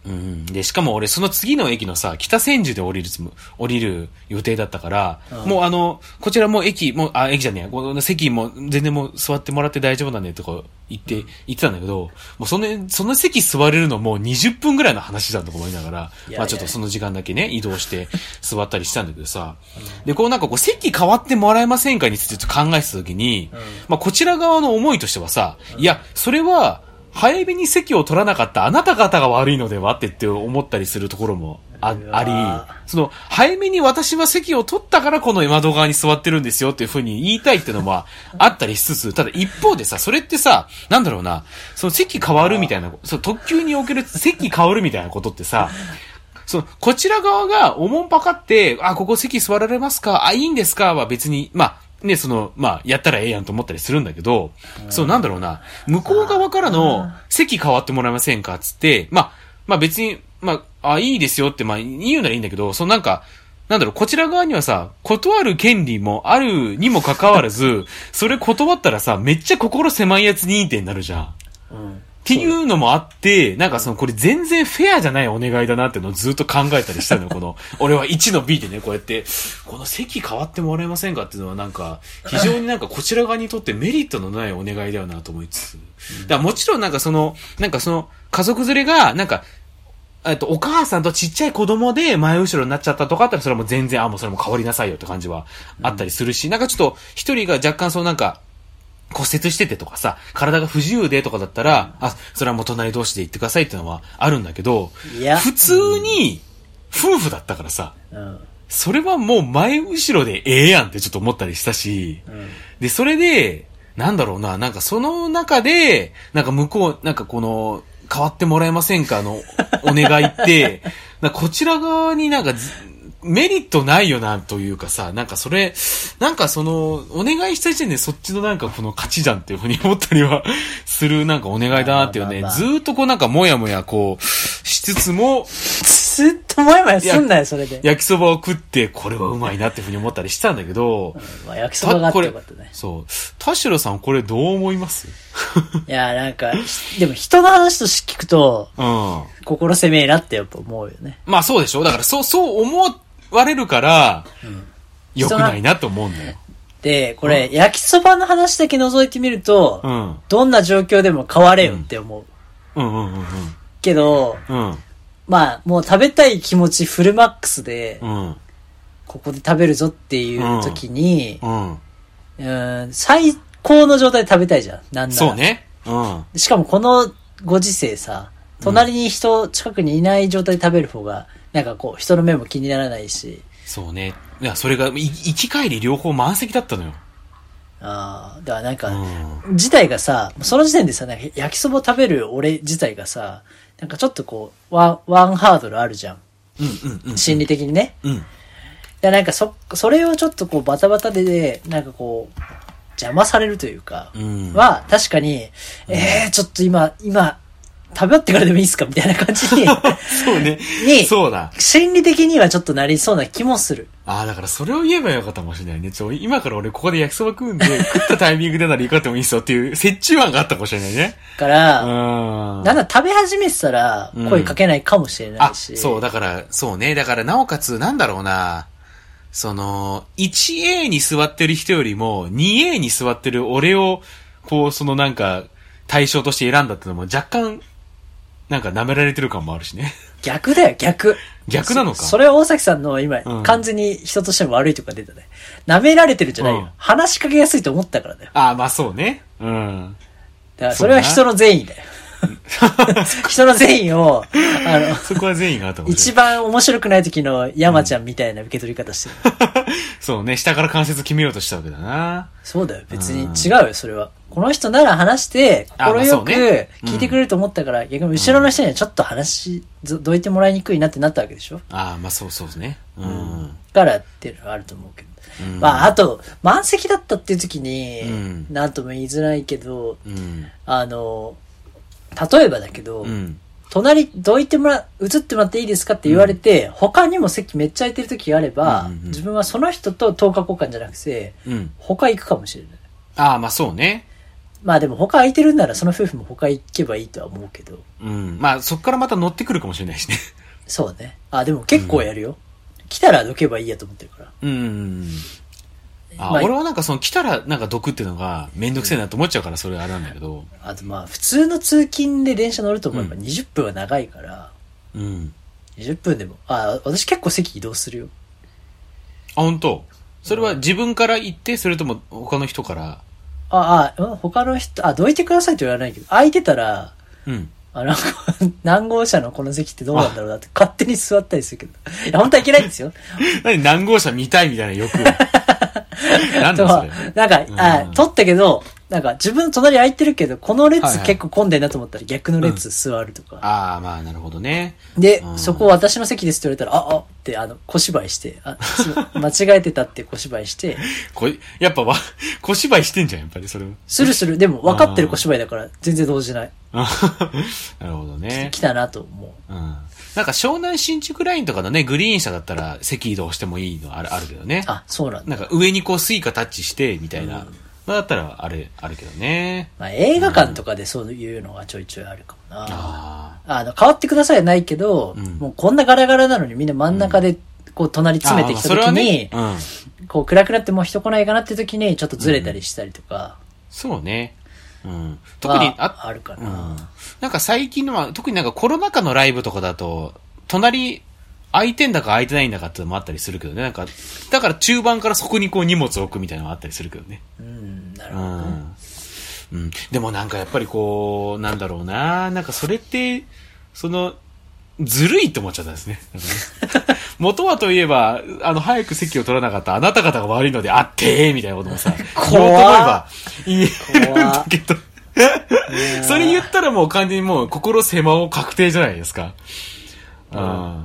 うん。で、しかも俺、その次の駅のさ、北千住で降りるつも、降りる予定だったから、うん、もうあの、こちらもう駅、もう、あ、駅じゃねえ、この席も全然もう座ってもらって大丈夫だねとか言って、うん、言ってたんだけど、もうその、その席座れるのもうにじゅっぷんぐらいの話だと思いながら、まあちょっとその時間だけね、移動して座ったりしたんだけどさ、うん、で、こうなんかこう席変わってもらえませんかについて考えてた時に、うん、まあこちら側の思いとしてはさ、うん、いや、それは、早めに席を取らなかったあなた方が悪いのではってって思ったりするところも あ, あり、その、早めに私は席を取ったからこの窓側に座ってるんですよっていう風に言いたいっていうのもあったりしつつ、ただ一方でさ、それってさ、なんだろうな、その席変わるみたいな、その特急における席変わるみたいなことってさ、その、こちら側がおもんぱかって、あ、ここ席座られますか、あ、いいんですかは別に、まあ、ね、その、まあ、やったらええやんと思ったりするんだけど、そう、なんだろうな、向こう側からの席変わってもらえませんかつって、まあ、まあ別に、まあ、あ、いいですよって、まあ、言うならいいんだけど、そのなんか、なんだろう、こちら側にはさ、断る権利もあるにもかかわらず、それ断ったらさ、めっちゃ心狭いやつ認定になるじゃん。うんっていうのもあって、なんかその、これ全然フェアじゃないお願いだなっていうのをずっと考えたりしたのよ、この、俺はいちの ビー でね、こうやって、この席変わってもらえませんかっていうのはなんか、非常になんかこちら側にとってメリットのないお願いだよなと思いつつ。だからもちろんなんかその、なんかその、家族連れが、なんか、えっと、お母さんとちっちゃい子供で前後ろになっちゃったとかあったらそれはもう全然、あ、もうそれも変わりなさいよって感じはあったりするし、なんかちょっと一人が若干そうなんか、骨折しててとかさ、体が不自由でとかだったら、あ、それはもう隣同士で行ってくださいっていうのはあるんだけど、いや普通に夫婦だったからさ、うん、それはもう前後ろでええやんってちょっと思ったりしたし、うん、で、それで、なんだろうな、なんかその中で、なんか向こう、なんかこの、変わってもらえませんかのお願いって、なんかこちら側になんか、メリットないよなというかさ、なんかそれ、なんかその、お願いした時点でそっちのなんかこの勝ちじゃんっていうふうに思ったりはするなんかお願いだなっていうね、まあまあまあ、ずーっとこうなんかもやもやこう、しつつも、 ずっともやもやすんなよ、それで。 焼きそばを食って、これはうまいなっていうふうに思ったりしたんだけど、 うん、まあ、焼きそばがあってよかったね。 そう。田代さんこれどう思いますいや、なんか、でも人の話として聞くと、うん、心攻めえなってやっぱ思うよね。 まあそうでしょ？だからそう、そう思う、割れるから、うん、良くないなと思うんだよ。 で、これ、うん、焼きそばの話だけ覗いてみると、うん、どんな状況でも変われよって思う。うんうんうんうん、けど、うん、まあ、もう食べたい気持ちフルマックスで、うん、ここで食べるぞっていう時に、うんうん、最高の状態で食べたいじゃん。なんなら。 そうね。うん、 しかもこのご時世さ、隣に人近くにいない状態で食べる方が、なんかこう、人の目も気にならないし。 そうね。いや、それが、行き帰り両方満席だったのよ。 ああ、だからなんか、うん、自体がさ、その時点でさ、なんか焼きそば食べる俺自体がさ、なんかちょっとこう、ワン、ワンハードルあるじゃん。うんうんうん、うん。心理的にね。うん。で、なんかそ、それをちょっとこう、バタバタで、なんかこう、邪魔されるというか、うん、は、確かに、うん、えー、ちょっと今、今、食べ終わってからでもいいっすかみたいな感じに。 そうね。 に、 そうだ。 心理的にはちょっとなりそうな気もする。 ああ、だからそれを言えばよかったかもしれないね。ちょ、今から俺ここで焼きそば食うんで、食ったタイミングでならいかってもいいっすよっていう折衷案があったかもしれないね。 から、うん。なんだ食べ始めてたら声かけないかもしれないし。 うん、あ、そう、だから、そうね。だからなおかつ、なんだろうな。その、いちエー に座ってる人よりも、にエー に座ってる俺を、こう、そのなんか、対象として選んだっていうのも若干、なんか舐められてる感もあるしね。 逆だよ、逆。 逆なのか。 そ, それは大崎さんの今、うん、完全に人としても悪いとか出たね。舐められてるんじゃないよ。うん、話しかけやすいと思ったからだよ。 ああ、まあそうね。うん。 だからそれは人の善意だよ。人の善意を、あの、 そこは善意があったもんね。 一番面白くない時の山ちゃんみたいな受け取り方してる。 うん、そうね、下から関節決めようとしたわけだな。 そうだよ、別に違うよ、それは。この人なら話して、心よく聞いてくれると思ったから、ねうん、逆に後ろの人にはちょっと話、どいてもらいにくいなってなったわけでしょ。 ああ、まあそうそうですね。うん。 からっていうのはあると思うけど。うん、まあ、あと、満席だったっていう時に、うん、なんとも言いづらいけど、うん、あの、例えばだけど、うん、隣、どいてもら、移ってもらっていいですかって言われて、うん、他にも席めっちゃ空いてる時があれば、うんうんうん、自分はその人と等価交換じゃなくて、うん、他行くかもしれない。 ああ、まあそうね。 まあでも他空いてるんならその夫婦も他行けばいいとは思うけど。 うん。まあそっからまた乗ってくるかもしれないしね。 そうね。あ、でも結構やるよ。うん、来たらどけばいいやと思ってるから。 うん。あ、まあ、俺はなんかその来たらなんか毒っていうのがめんどくせえなと思っちゃうからそれあれなんだけど。 あとまあ普通の通勤で電車乗ると思えばにじゅっぷんは長いから。うん。にじゅっぷんでも。あ、私結構席移動するよ。 あ、本当。それは自分から行ってそれとも他の人から。 ああ、他の人、あ、どいてくださいと言わないけど、空いてたら、うん。あ、なんか、何号車のこの席ってどうなんだろうなって勝手に座ったりするけど。いや、本当はいけないんですよ。 何何号車見たいみたいな欲を。なんだそれ。 なんか、あ、撮ったけど、なんか自分の隣空いてるけど、この列結構混んでんなと思ったら逆の列座るとか。 うん、ああ、まあなるほどね。 で、うん、そこ私の席ですって言われたら、あ、あってあの、小芝居して、あ、間違えてたって小芝居して。 こやっぱわ、小芝居してんじゃん、やっぱりそれ。 するする。でも分かってる小芝居だから全然動じない。 なるほどね。 来たなと思う。うん。なんか湘南新築ラインとかのね、グリーン車だったら席移動してもいいのある、あるけどね。 あ、そうなんだ。 なんか上にこうスイカタッチして、みたいな。うん、だったらあれ、あるけどね。 まあ映画館とかでそういうのがちょいちょいあるかもな。うん、ああの、変わってくださいはないけど、うん、もうこんなガラガラなのにみんな真ん中でこう隣詰めてきた時に、うんねうん、こう暗くなってもう人来ないかなって時にちょっとずれたりしたりとか。うん、 そうね。うん、特にあ、あるかな、うん。 なんか最近のは、特になんかコロナ禍のライブとかだと、隣、空いてんだか空いてないんだかってのもあったりするけどね。なんか、だから中盤からそこにこう荷物を置くみたいなのもあったりするけどね。 うん、なるほど、ね。 うん。うん。でもなんかやっぱりこう、なんだろうな。なんかそれって、その、ずるいって思っちゃったんですね。元はといえば、あの、早く席を取らなかったあなた方が悪いのであってみたいなこともさ、言おうと思えば言えるんだけど。それ言ったらもう完全にもう心狭を確定じゃないですか。うん、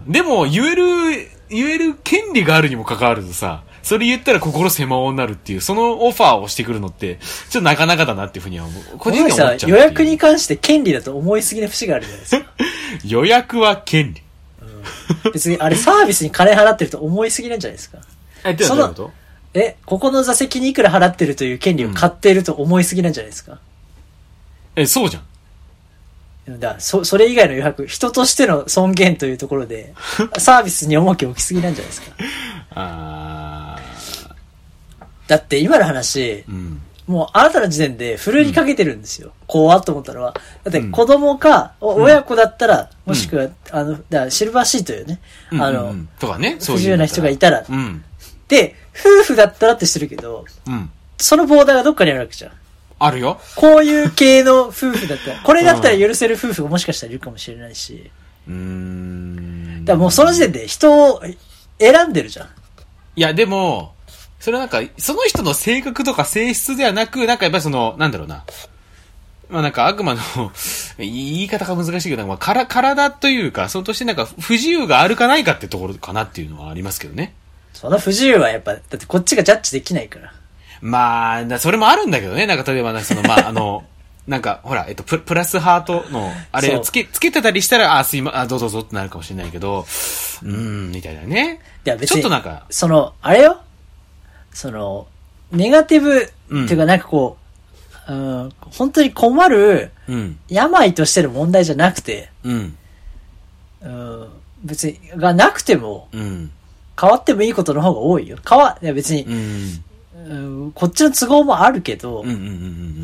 でも言える、言える権利があるにもかかわらずさ、それ言ったら心狭おになるっていう、そのオファーをしてくるのって、ちょっとなかなかだなっていうふうには思う。個人的には思っちゃう。 予約に関して権利だと思いすぎな節があるじゃないですか。 予約は権利。 うん、別にあれサービスに金払ってると思いすぎなんじゃないですか。 え、どういうこと？ え、ここの座席にいくら払ってるという権利を買っていると思いすぎなんじゃないですか。 うん、え、そうじゃん。 だそ、それ以外の余白、人としての尊厳というところで、サービスに重きを置きすぎなんじゃないですか。あだって今の話、うん、もうあなたの時点でふるいにかけてるんですよ。うん、怖っと思ったのは。だって子供か、うん、親子だったら、もしくは、あの、だからシルバーシートよね。うん、あの、うん、 とかね、 不自由な人がいたら。うん、で、夫婦だったらってしてるけど、うん、そのボーダーがどっかにあるわけじゃん。 あるよ。 こういう系の夫婦だったら、これだったら許せる夫婦がもしかしたらいるかもしれないし。うーん。だからもうその時点で人を選んでるじゃん。 いや、でも、それはなんか、その人の性格とか性質ではなく、なんかやっぱりその、なんだろうな。まあなんか悪魔の言い方が難しいけど、まあ、から体というか、そのとしてなんか不自由があるかないかってところかなっていうのはありますけどね。 その不自由はやっぱ、だってこっちがジャッジできないから。 まあ、それもあるんだけどね。なんか例えば、その、まあ、あの、なんか、ほら、えっと、ププラスハートの、あれをつけ、つけてたりしたら、あ、すいま、あ、どうぞどうぞってなるかもしれないけど、うーん、みたいなね。いや、別に、ちょっとなんか、 その、あれよその、ネガティブ、うん、っていうかなんかこう、うん、本当に困る、うん、病としての問題じゃなくて、うん、うん、別に、がなくても、うん、変わってもいいことの方が多いよ。変わ、いや別に、うんうん、こっちの都合もあるけど、うんうんうんうん、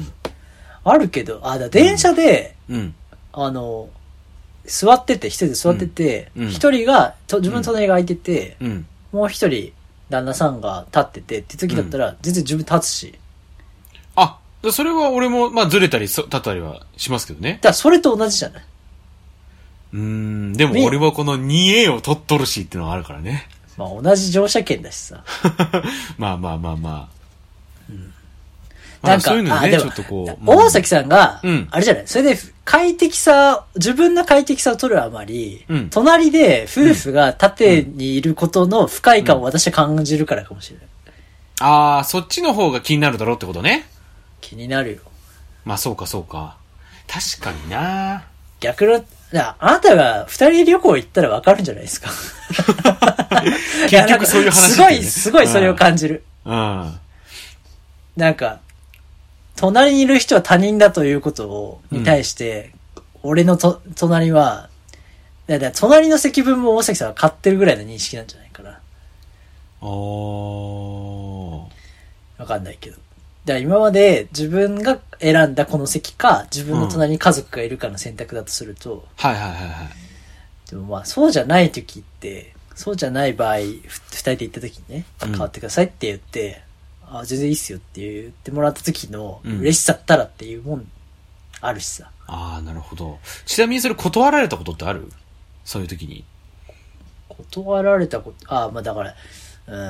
あるけど、あ、だ電車で、うん、あの、座ってて、一人で座ってて、一、うん、人がと、自分の隣が空いてて、うん、もう一人、旦那さんが立っててって時だったら、うん、全然自分立つし。 あ、それは俺も、まあずれたり、立ったりはしますけどね。 だからそれと同じじゃない？ うーん、でも俺はこの にエー を取っとるしっていうのがあるからね。 まあ同じ乗車券だしさ。 まあまあまあまあ。うん、 なんか、そういうのね、ちょっとこう。大崎さんが、うん、あれじゃない、それで快適さ、自分の快適さを取るあまり、うん、隣で夫婦が縦にいることの不快感を私は感じるからかもしれない。 うん、ああ、そっちの方が気になるだろうってことね。 気になるよ。 まあそうかそうか。確かにな。 逆の、あなたが二人旅行行ったらわかるんじゃないですか。 結局そういう話、 ね、すごい、すごいそれを感じる。うん。なんか、 隣にいる人は他人だということを、に対して、うん、俺のと、隣は、だから隣の積分も大崎さんは買ってるぐらいの認識なんじゃないかな。あー。 わかんないけど。だから今まで自分が選んだこの席か、自分の隣に家族がいるかの選択だとすると、うん、 はいはいはいはい。 でもまあそうじゃない時って、そうじゃない場合、二人で行った時にね、変わってくださいって言って、うん、あ、全然いいっすよって言ってもらった時の嬉しさったらっていうもんあるしさ。 うん、ああ、なるほど。ちなみにそれ断られたことってある？そういう時に。 断られたこと、ああ、まあだから、うー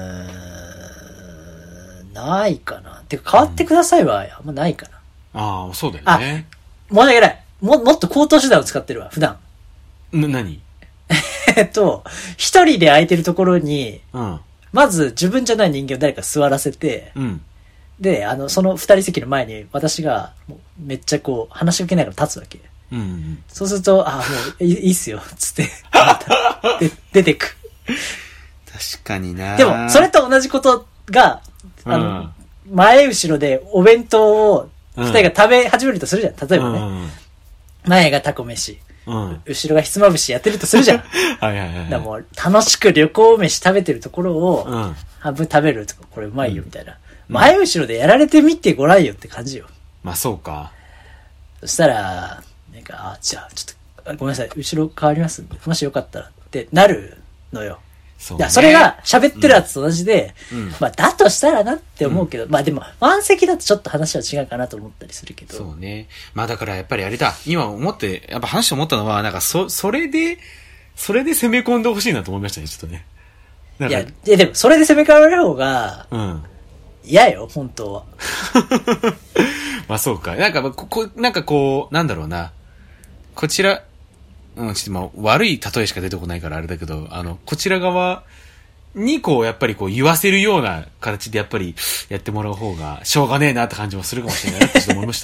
ん、ないかな。てか変わってくださいはあんまないかな。うん、ああ、そうだよね。 あ、申し訳ない。も、もっと口頭手段を使ってるわ、普段。 な、何？ えっと、一人で空いてるところに、 うん、 まず自分じゃない人間を誰か座らせて、 うん、 で、あの、その二人席の前に私がもうめっちゃこう話しかけながら立つわけ。 うんうん、 そうすると、あ、もういい、いいっすよ、つって、で、出てく。 確かにな。 でも、それと同じことが、あの、うん、前後ろでお弁当を二人が食べ始めるとするじゃん。例えばね。うん、前がタコ飯。うん、後ろがひつまぶしやってるとするじゃん。 はいはいはい。 だもう楽しく旅行飯食べてるところを、半分食べるとか、これうまいよみたいな。うん、前後ろでやられてみてごらんよって感じよ。 まあそうか。 そしたら、なんか、あ、じゃあちょっと、ごめんなさい、後ろ変わりますんで、もしよかったらってなるのよ。そうね、それが喋ってるやつと同じで、うん、まあだとしたらなって思うけど、うん、まあでも満席だとちょっと話は違うかなと思ったりするけど。 そうね。まあだからやっぱりあれだ。今思って、やっぱ話して思ったのは、なんかそ、それで、それで攻め込んでほしいなと思いましたね、ちょっとね。 いや、で, でもそれで攻め込まれる方が、うん。嫌よ、本当は。 まあそうか。なんか、ここ、なんかこう、なんだろうな。こちら、うん、ちょっとまあ悪い例えしか出てこないからあれだけど、あの、こちら側にこう、やっぱりこう言わせるような形でやっぱりやってもらう方が、しょうがねえなって感じもするかもしれないなってちょっと思いました。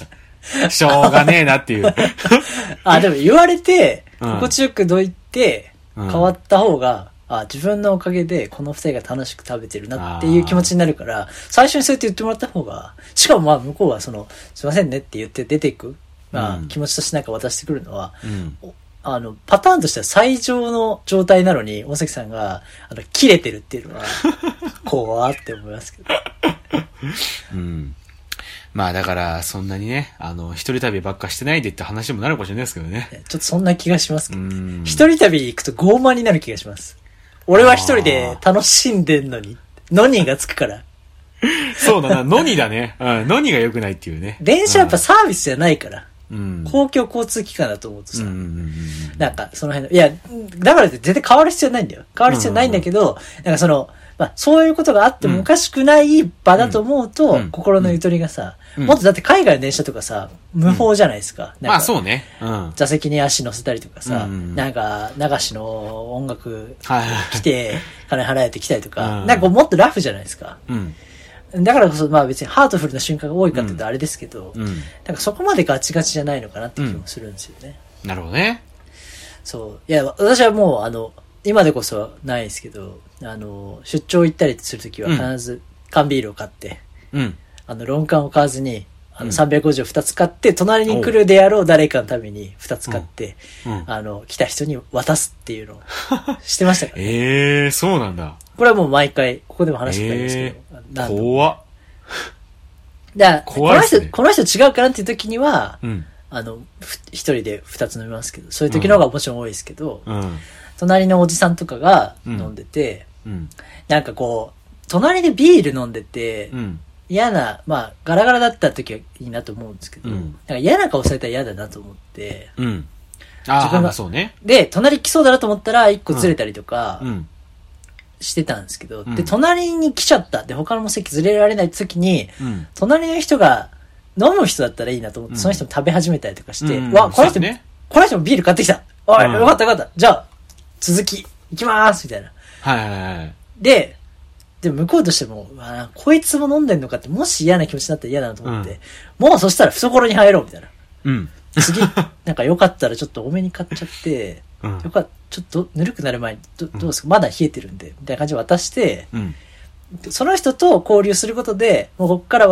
しょうがねえなっていう。 あ、でも言われて、心地よくどいて、変わった方が、うん、あ、自分のおかげでこの二人が楽しく食べてるなっていう気持ちになるから、最初にそうやって言ってもらった方が、しかもまあ向こうはその、すいませんねって言って出ていく、まあ、うん、気持ちとしてなんか渡してくるのは、うんあの、パターンとしては最上の状態なのに、大崎さんが、あの、切れてるっていうのは、怖って思いますけど。 うん。まあだから、そんなにね、あの、一人旅ばっかしてないでって話にもなるかもしれないですけどね。 ちょっとそんな気がしますけど、ね。一人旅行くと傲慢になる気がします。俺は一人で楽しんでんのに、のにがつくから。 そうだな、のにだね。うん、のにが良くないっていうね。 電車はやっぱサービスじゃないから。うん、公共交通機関だと思うとさ、うんうんうん、なんかその辺の、いや、だからって絶対変わる必要ないんだよ。変わる必要ないんだけど、うんうんうん、なんかその、まあそういうことがあってもおかしくない場だと思うと、うん、心のゆとりがさ、うん、もっとだって海外の電車とかさ、無法じゃないですか。うん、 まあそうね、 うん。座席に足乗せたりとかさ、うんうん、なんか流しの音楽来て、金払えてきたりとか、うん、なんかもっとラフじゃないですか。うんだからこそ、まあ別にハートフルな瞬間が多いかって言うとあれですけど、うんうん、なんかそこまでガチガチじゃないのかなって気もするんですよね。 うん、なるほどね。 そう。いや、私はもう、あの、今でこそないですけど、あの、出張行ったりするときは必ず缶ビールを買って、うん、あの、論缶を買わずに、あの、さんびゃくごじゅうをふたつ買って、隣に来るであろう誰かのためにふたつ買って、うんうん、あの、来た人に渡すっていうのをしてましたからね。 ええー、そうなんだ。 これはもう毎回、ここでも話してたんですけど。 えー、怖っ。 だから、この人、この人違うかなっていう時には、うん、あの、一人で二つ飲みますけど、そういう時の方がもちろん多いですけど、うん、隣のおじさんとかが飲んでて、うんうん、なんかこう、隣でビール飲んでて、うん、嫌な、まあ、ガラガラだった時はいいなと思うんですけど、うん、なんか嫌な顔されたら嫌だなと思って、うん、 あ自分がそうね。 で、隣来そうだなと思ったら一個ずれたりとか、うんうんしてたんですけど、うん、で、隣に来ちゃった。で、他の席ずれられない時に、うん、隣の人が飲む人だったらいいなと思って、うん、その人も食べ始めたりとかして、うん、わ、この人、ね、この人もビール買ってきた。おい、うん、よかったよかった。じゃあ、続き、行きまーすみたいな。 はいはいはい。で、 でも向こうとしても、あこいつも飲んでんのかって、もし嫌な気持ちになったら嫌だなと思って、うん、もうそしたら懐に入ろうみたいな。うん。次、なんかよかったらちょっと多めに買っちゃって、うん、よかった。ちょっとぬるくなる前に ど, どうですか、うん、まだ冷えてるんでみたいな感じで渡して、うん、その人と交流することでもうここからはあ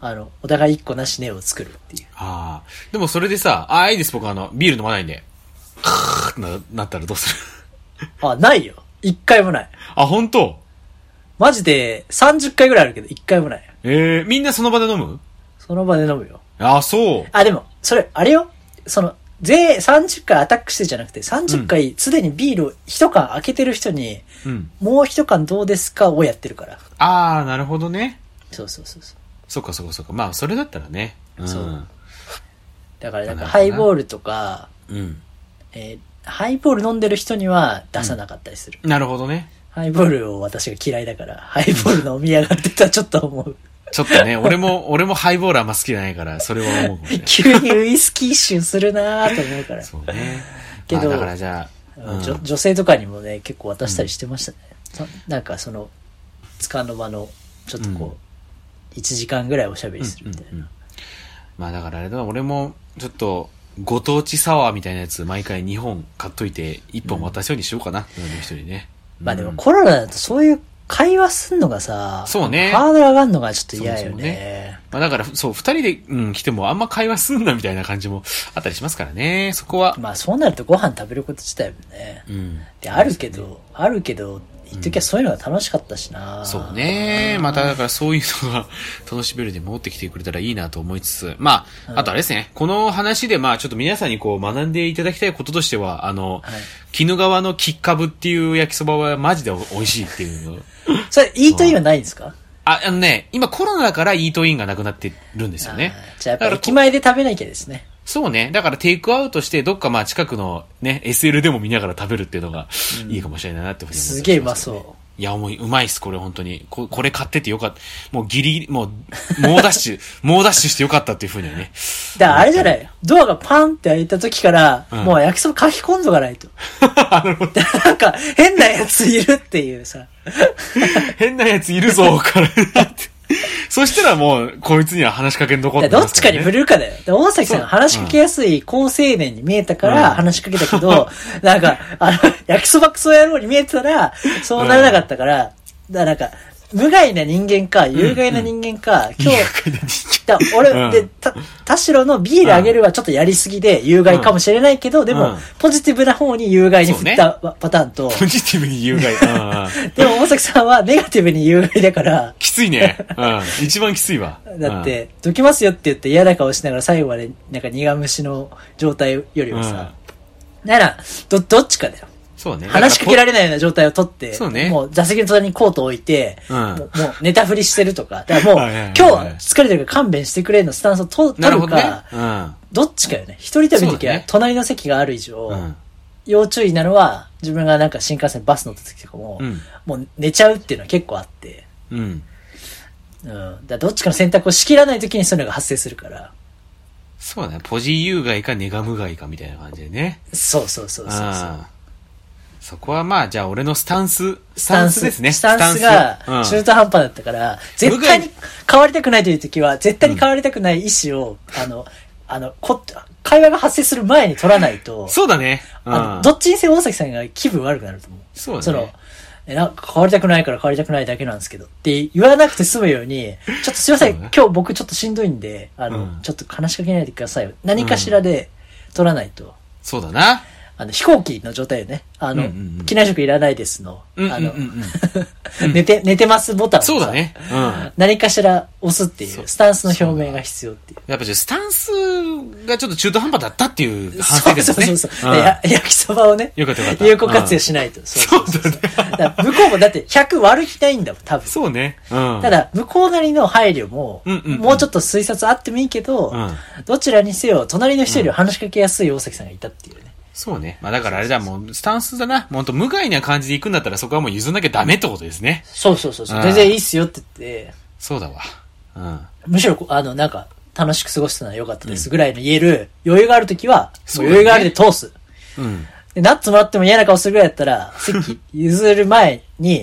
あの、お互い一個なしねを作るっていう。 ああ。でもそれでさ、ああ、いいです、僕あの、ビール飲まないんで。カーってな、なったらどうする？ あ、ないよ。一回もない。 あ、本当？ マジでさんじゅっかいぐらいあるけど、一回もない。 ええー、みんなその場で飲む？ その場で飲むよ。 あ、そう。 あ、でも、それ、あれよ。その、ぜ、さんじゅっかいアタックしてじゃなくて、さんじゅっかいすでにビールを一缶開けてる人に、うん、もう一缶どうですかをやってるから。 ああ、なるほどね。 そうそうそうそう。 そっかそっかそっか。まあ、それだったらね。うん、そう。 だから、なんか、ハイボールとか、うん。えー、ハイボール飲んでる人には出さなかったりする。 うん、なるほどね。 ハイボールを私が嫌いだから、ハイボール飲みやがってたらちょっと思う。 ちょっとね、俺も、俺もハイボールあんま好きじゃないから、それは思うかもしれない。 急にウイスキー一瞬するなーと思うから。 そうね。 けど、 だからじゃあ、 うん、女, 女性とかにもね、結構渡したりしてましたね。うん、なんかその、つかの間の、ちょっとこう、うん、いちじかんぐらいおしゃべりするみたいな。うんうんうん、 まあだからあれだな、俺も、ちょっと、ご当地サワーみたいなやつ、毎回にほん買っといて、いっぽん渡すようにしようかな、飲んでる人にね。 まあでもコロナだとそういう会話すんのがさ、 そうね。 ハードル上がるのがちょっと嫌よね。そうそうね。 まあだから、そう、二人で、うん、来てもあんま会話すんなみたいな感じもあったりしますからね、そこは。 まあそうなるとご飯食べること自体もね。うん。で、あるけど、ね、あるけど、一時はそういうのが楽しかったしな、うん、 そうね。まただからそういうのが楽しめるで戻ってきてくれたらいいなと思いつつ、まあ、うん、あとあれですね、この話でまあちょっと皆さんにこう学んでいただきたいこととしては、あの、はい、鬼怒川のキッカブっていう焼きそばはマジで美味しいっていうの。 それ、イートインはないんですか？ あ、あのね、今コロナだからイートインがなくなってるんですよね。 じゃあやっぱ駅前で食べなきゃですね。 そうね。だからテイクアウトしてどっかまあ近くのね、エスエル でも見ながら食べるっていうのがいいかもしれないなってふうに思います、ね、 すげえうまそう。 いや、もう、うまいっす、これ、本当に。こ、これ買っててよかった。もう、ギリギリ、もう、猛ダッシュ、猛ダッシュしてよかったっていう風にはね。 だから、あれじゃない、ドアがパンって開いた時から、うん、もう焼きそば書き込んどかないと。なんか、変なやついるっていうさ。 変なやついるぞ、からって。そしたらもう、こいつには話しかけんとこって、 ね。どっちかに振るかだよ。で大崎さんが話しかけやすい好青年に見えたから話しかけたけど、うん、なんか、あの、焼きそばクソ野郎に見えてたら、そうならなかったから、うん、だからなんか、無害な人間か、有害な人間か、うん、今日、だ俺、うん、で、た、田代のビールあげるはちょっとやりすぎで有害かもしれないけど、うん、でも、うん、ポジティブな方に有害に振った、ね、パターンと、 ポジティブに有害。 でも、大崎さんはネガティブに有害だから、 きついね。うん。一番きついわ。 だって、どきますよって言って嫌な顔しながら最後まで、なんか苦虫の状態よりはさ、うん、なら、ど、どっちかだよ。 そうね。 話しかけられないような状態をとって、 そうね。 もう座席の隣にコートを置いて、うん、もう、もう寝たふりしてるとか、だからもう、今日は疲れてるから勘弁してくれのスタンスをと取るか、ね、うん、どっちかよね。一人旅の時は隣の席がある以上、うん、要注意なのは、自分がなんか新幹線バス乗った時とかも、うん、もう寝ちゃうっていうのは結構あって、うん。うん。だどっちかの選択をしきらない時にそういうのが発生するから。 そうね。ポジ有害かネガ無害かみたいな感じでね。 そうそうそうそうそう。 そこはまあ、じゃあ俺のスタンス、スタンスですね。 スタンスが中途半端だったから、うん、絶対に変わりたくないという時は、絶対に変わりたくない意思を、うん、あの、あの、こ、会話が発生する前に取らないと。 そうだね。 うん、あのどっちにせよ大崎さんが気分悪くなると思う。 そうだね。 その、え、なんか変わりたくないから変わりたくないだけなんですけどって言わなくて済むように、ちょっとすいません、ね、今日僕ちょっとしんどいんで、あの、うん、ちょっと話しかけないでくださいよ。何かしらで取らないと。うん、 そうだな。 あの、飛行機の状態よね。あの、うんうんうん、機内食いらないですの。うんうんうんうん、寝て、寝てますボタンをさ。 そうだね。うん。 何かしら押すっていう、スタンスの表明が必要っていう。 やっぱじゃスタンスがちょっと中途半端だったっていう反省ですね。 そうそうそう。うん、や焼きそばをね。 よかったよかった。 有効活用しないと。うん、そうそうそうそう。そうだね。向こうもだってひゃく割る気ないんだもん、多分。 そうね。うん。 ただ、向こうなりの配慮も、うんうんうん、もうちょっと推察あってもいいけど、うん、どちらにせよ、隣の人より話しかけやすい大崎さんがいたっていうね。 そうね。まあだからあれじゃもう、スタンスだな。もうほんと無害な感じで行くんだったらそこはもう譲んなきゃダメってことですね。 そうそうそうそう。全然いいっすよって言って。 そうだわ。うん。 むしろ、あの、なんか、楽しく過ごしたのは良かったですぐらいの言える、余裕があるときは、もう余裕があるで通す。うん。で、ナッツもらっても嫌な顔するぐらいだったら、席譲る前に、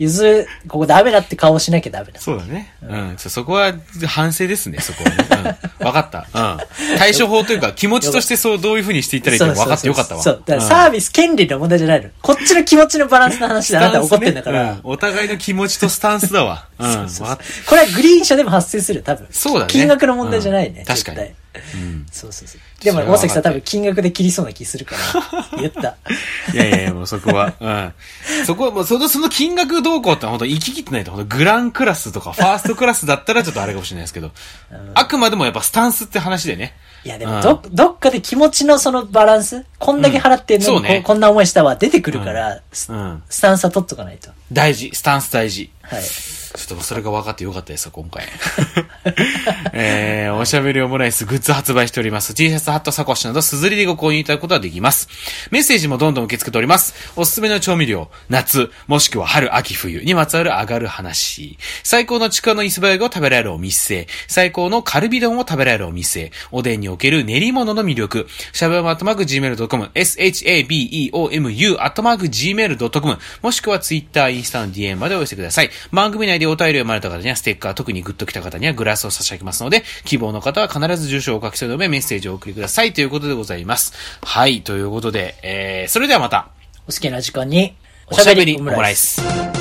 ゆず、ここダメだって顔しなきゃダメだ。 そうだね。うん。そこは反省ですね、そこはね。うん。わかった。うん。対処法というか、気持ちとしてそう、どういう風にしていったらいいか分かってよかったわ。 そう。だからサービス、権利の問題じゃないの。こっちの気持ちのバランスの話であなた怒ってんだから。 お互いの気持ちとスタンスだわ。うん。 これはグリーン車でも発生する、多分。 そうだね。 金額の問題じゃないね。 確かに。 うん。そうそうそう。でも、大崎さん多分金額で切りそうな気するから、言った。 いやいやいや、もうそこは、うん。そこはもう、その、その金額動向って本当行き切ってないと、本当グランクラスとかファーストクラスだったらちょっとあれかもしれないですけど、うん、あくまでもやっぱスタンスって話でね。 いやでもど、うん、どっかで気持ちのそのバランス、こんだけ払ってんのに、うんね、こ, こんな思いしたわ出てくるから、うんうん、スタンスは取っとかないと。 大事、スタンス大事。 はい。 ちょっとそれが分かってよかったですよ、今回。えー、おしゃべりオムライスグッズ発売しております。T シャツ、ハット、サコッシュなど、すずりでご購入いただくことができます。メッセージもどんどん受け付けております。おすすめの調味料、夏、もしくは春、秋、冬にまつわる上がる話。最高のちくわの磯辺揚げを食べられるお店。最高のカルビ丼を食べられるお店。おでんにおける練り物の魅力。しゃべおむアットマーク ジーメールドットコム、エスエイチエービーイーオーエムユー アットマーク ジーメールドットコム、もしくはツイッター、インスタの ディーエム までお寄せください。番組内でお便りを生まれた方にはステッカー、特にグッと来た方にはグラスを差し上げますので、希望の方は必ず住所をお書きするのでメッセージをお送りくださいということでございます。はい、ということで、えー、それではまたお好きな時間におしゃべりオムライス。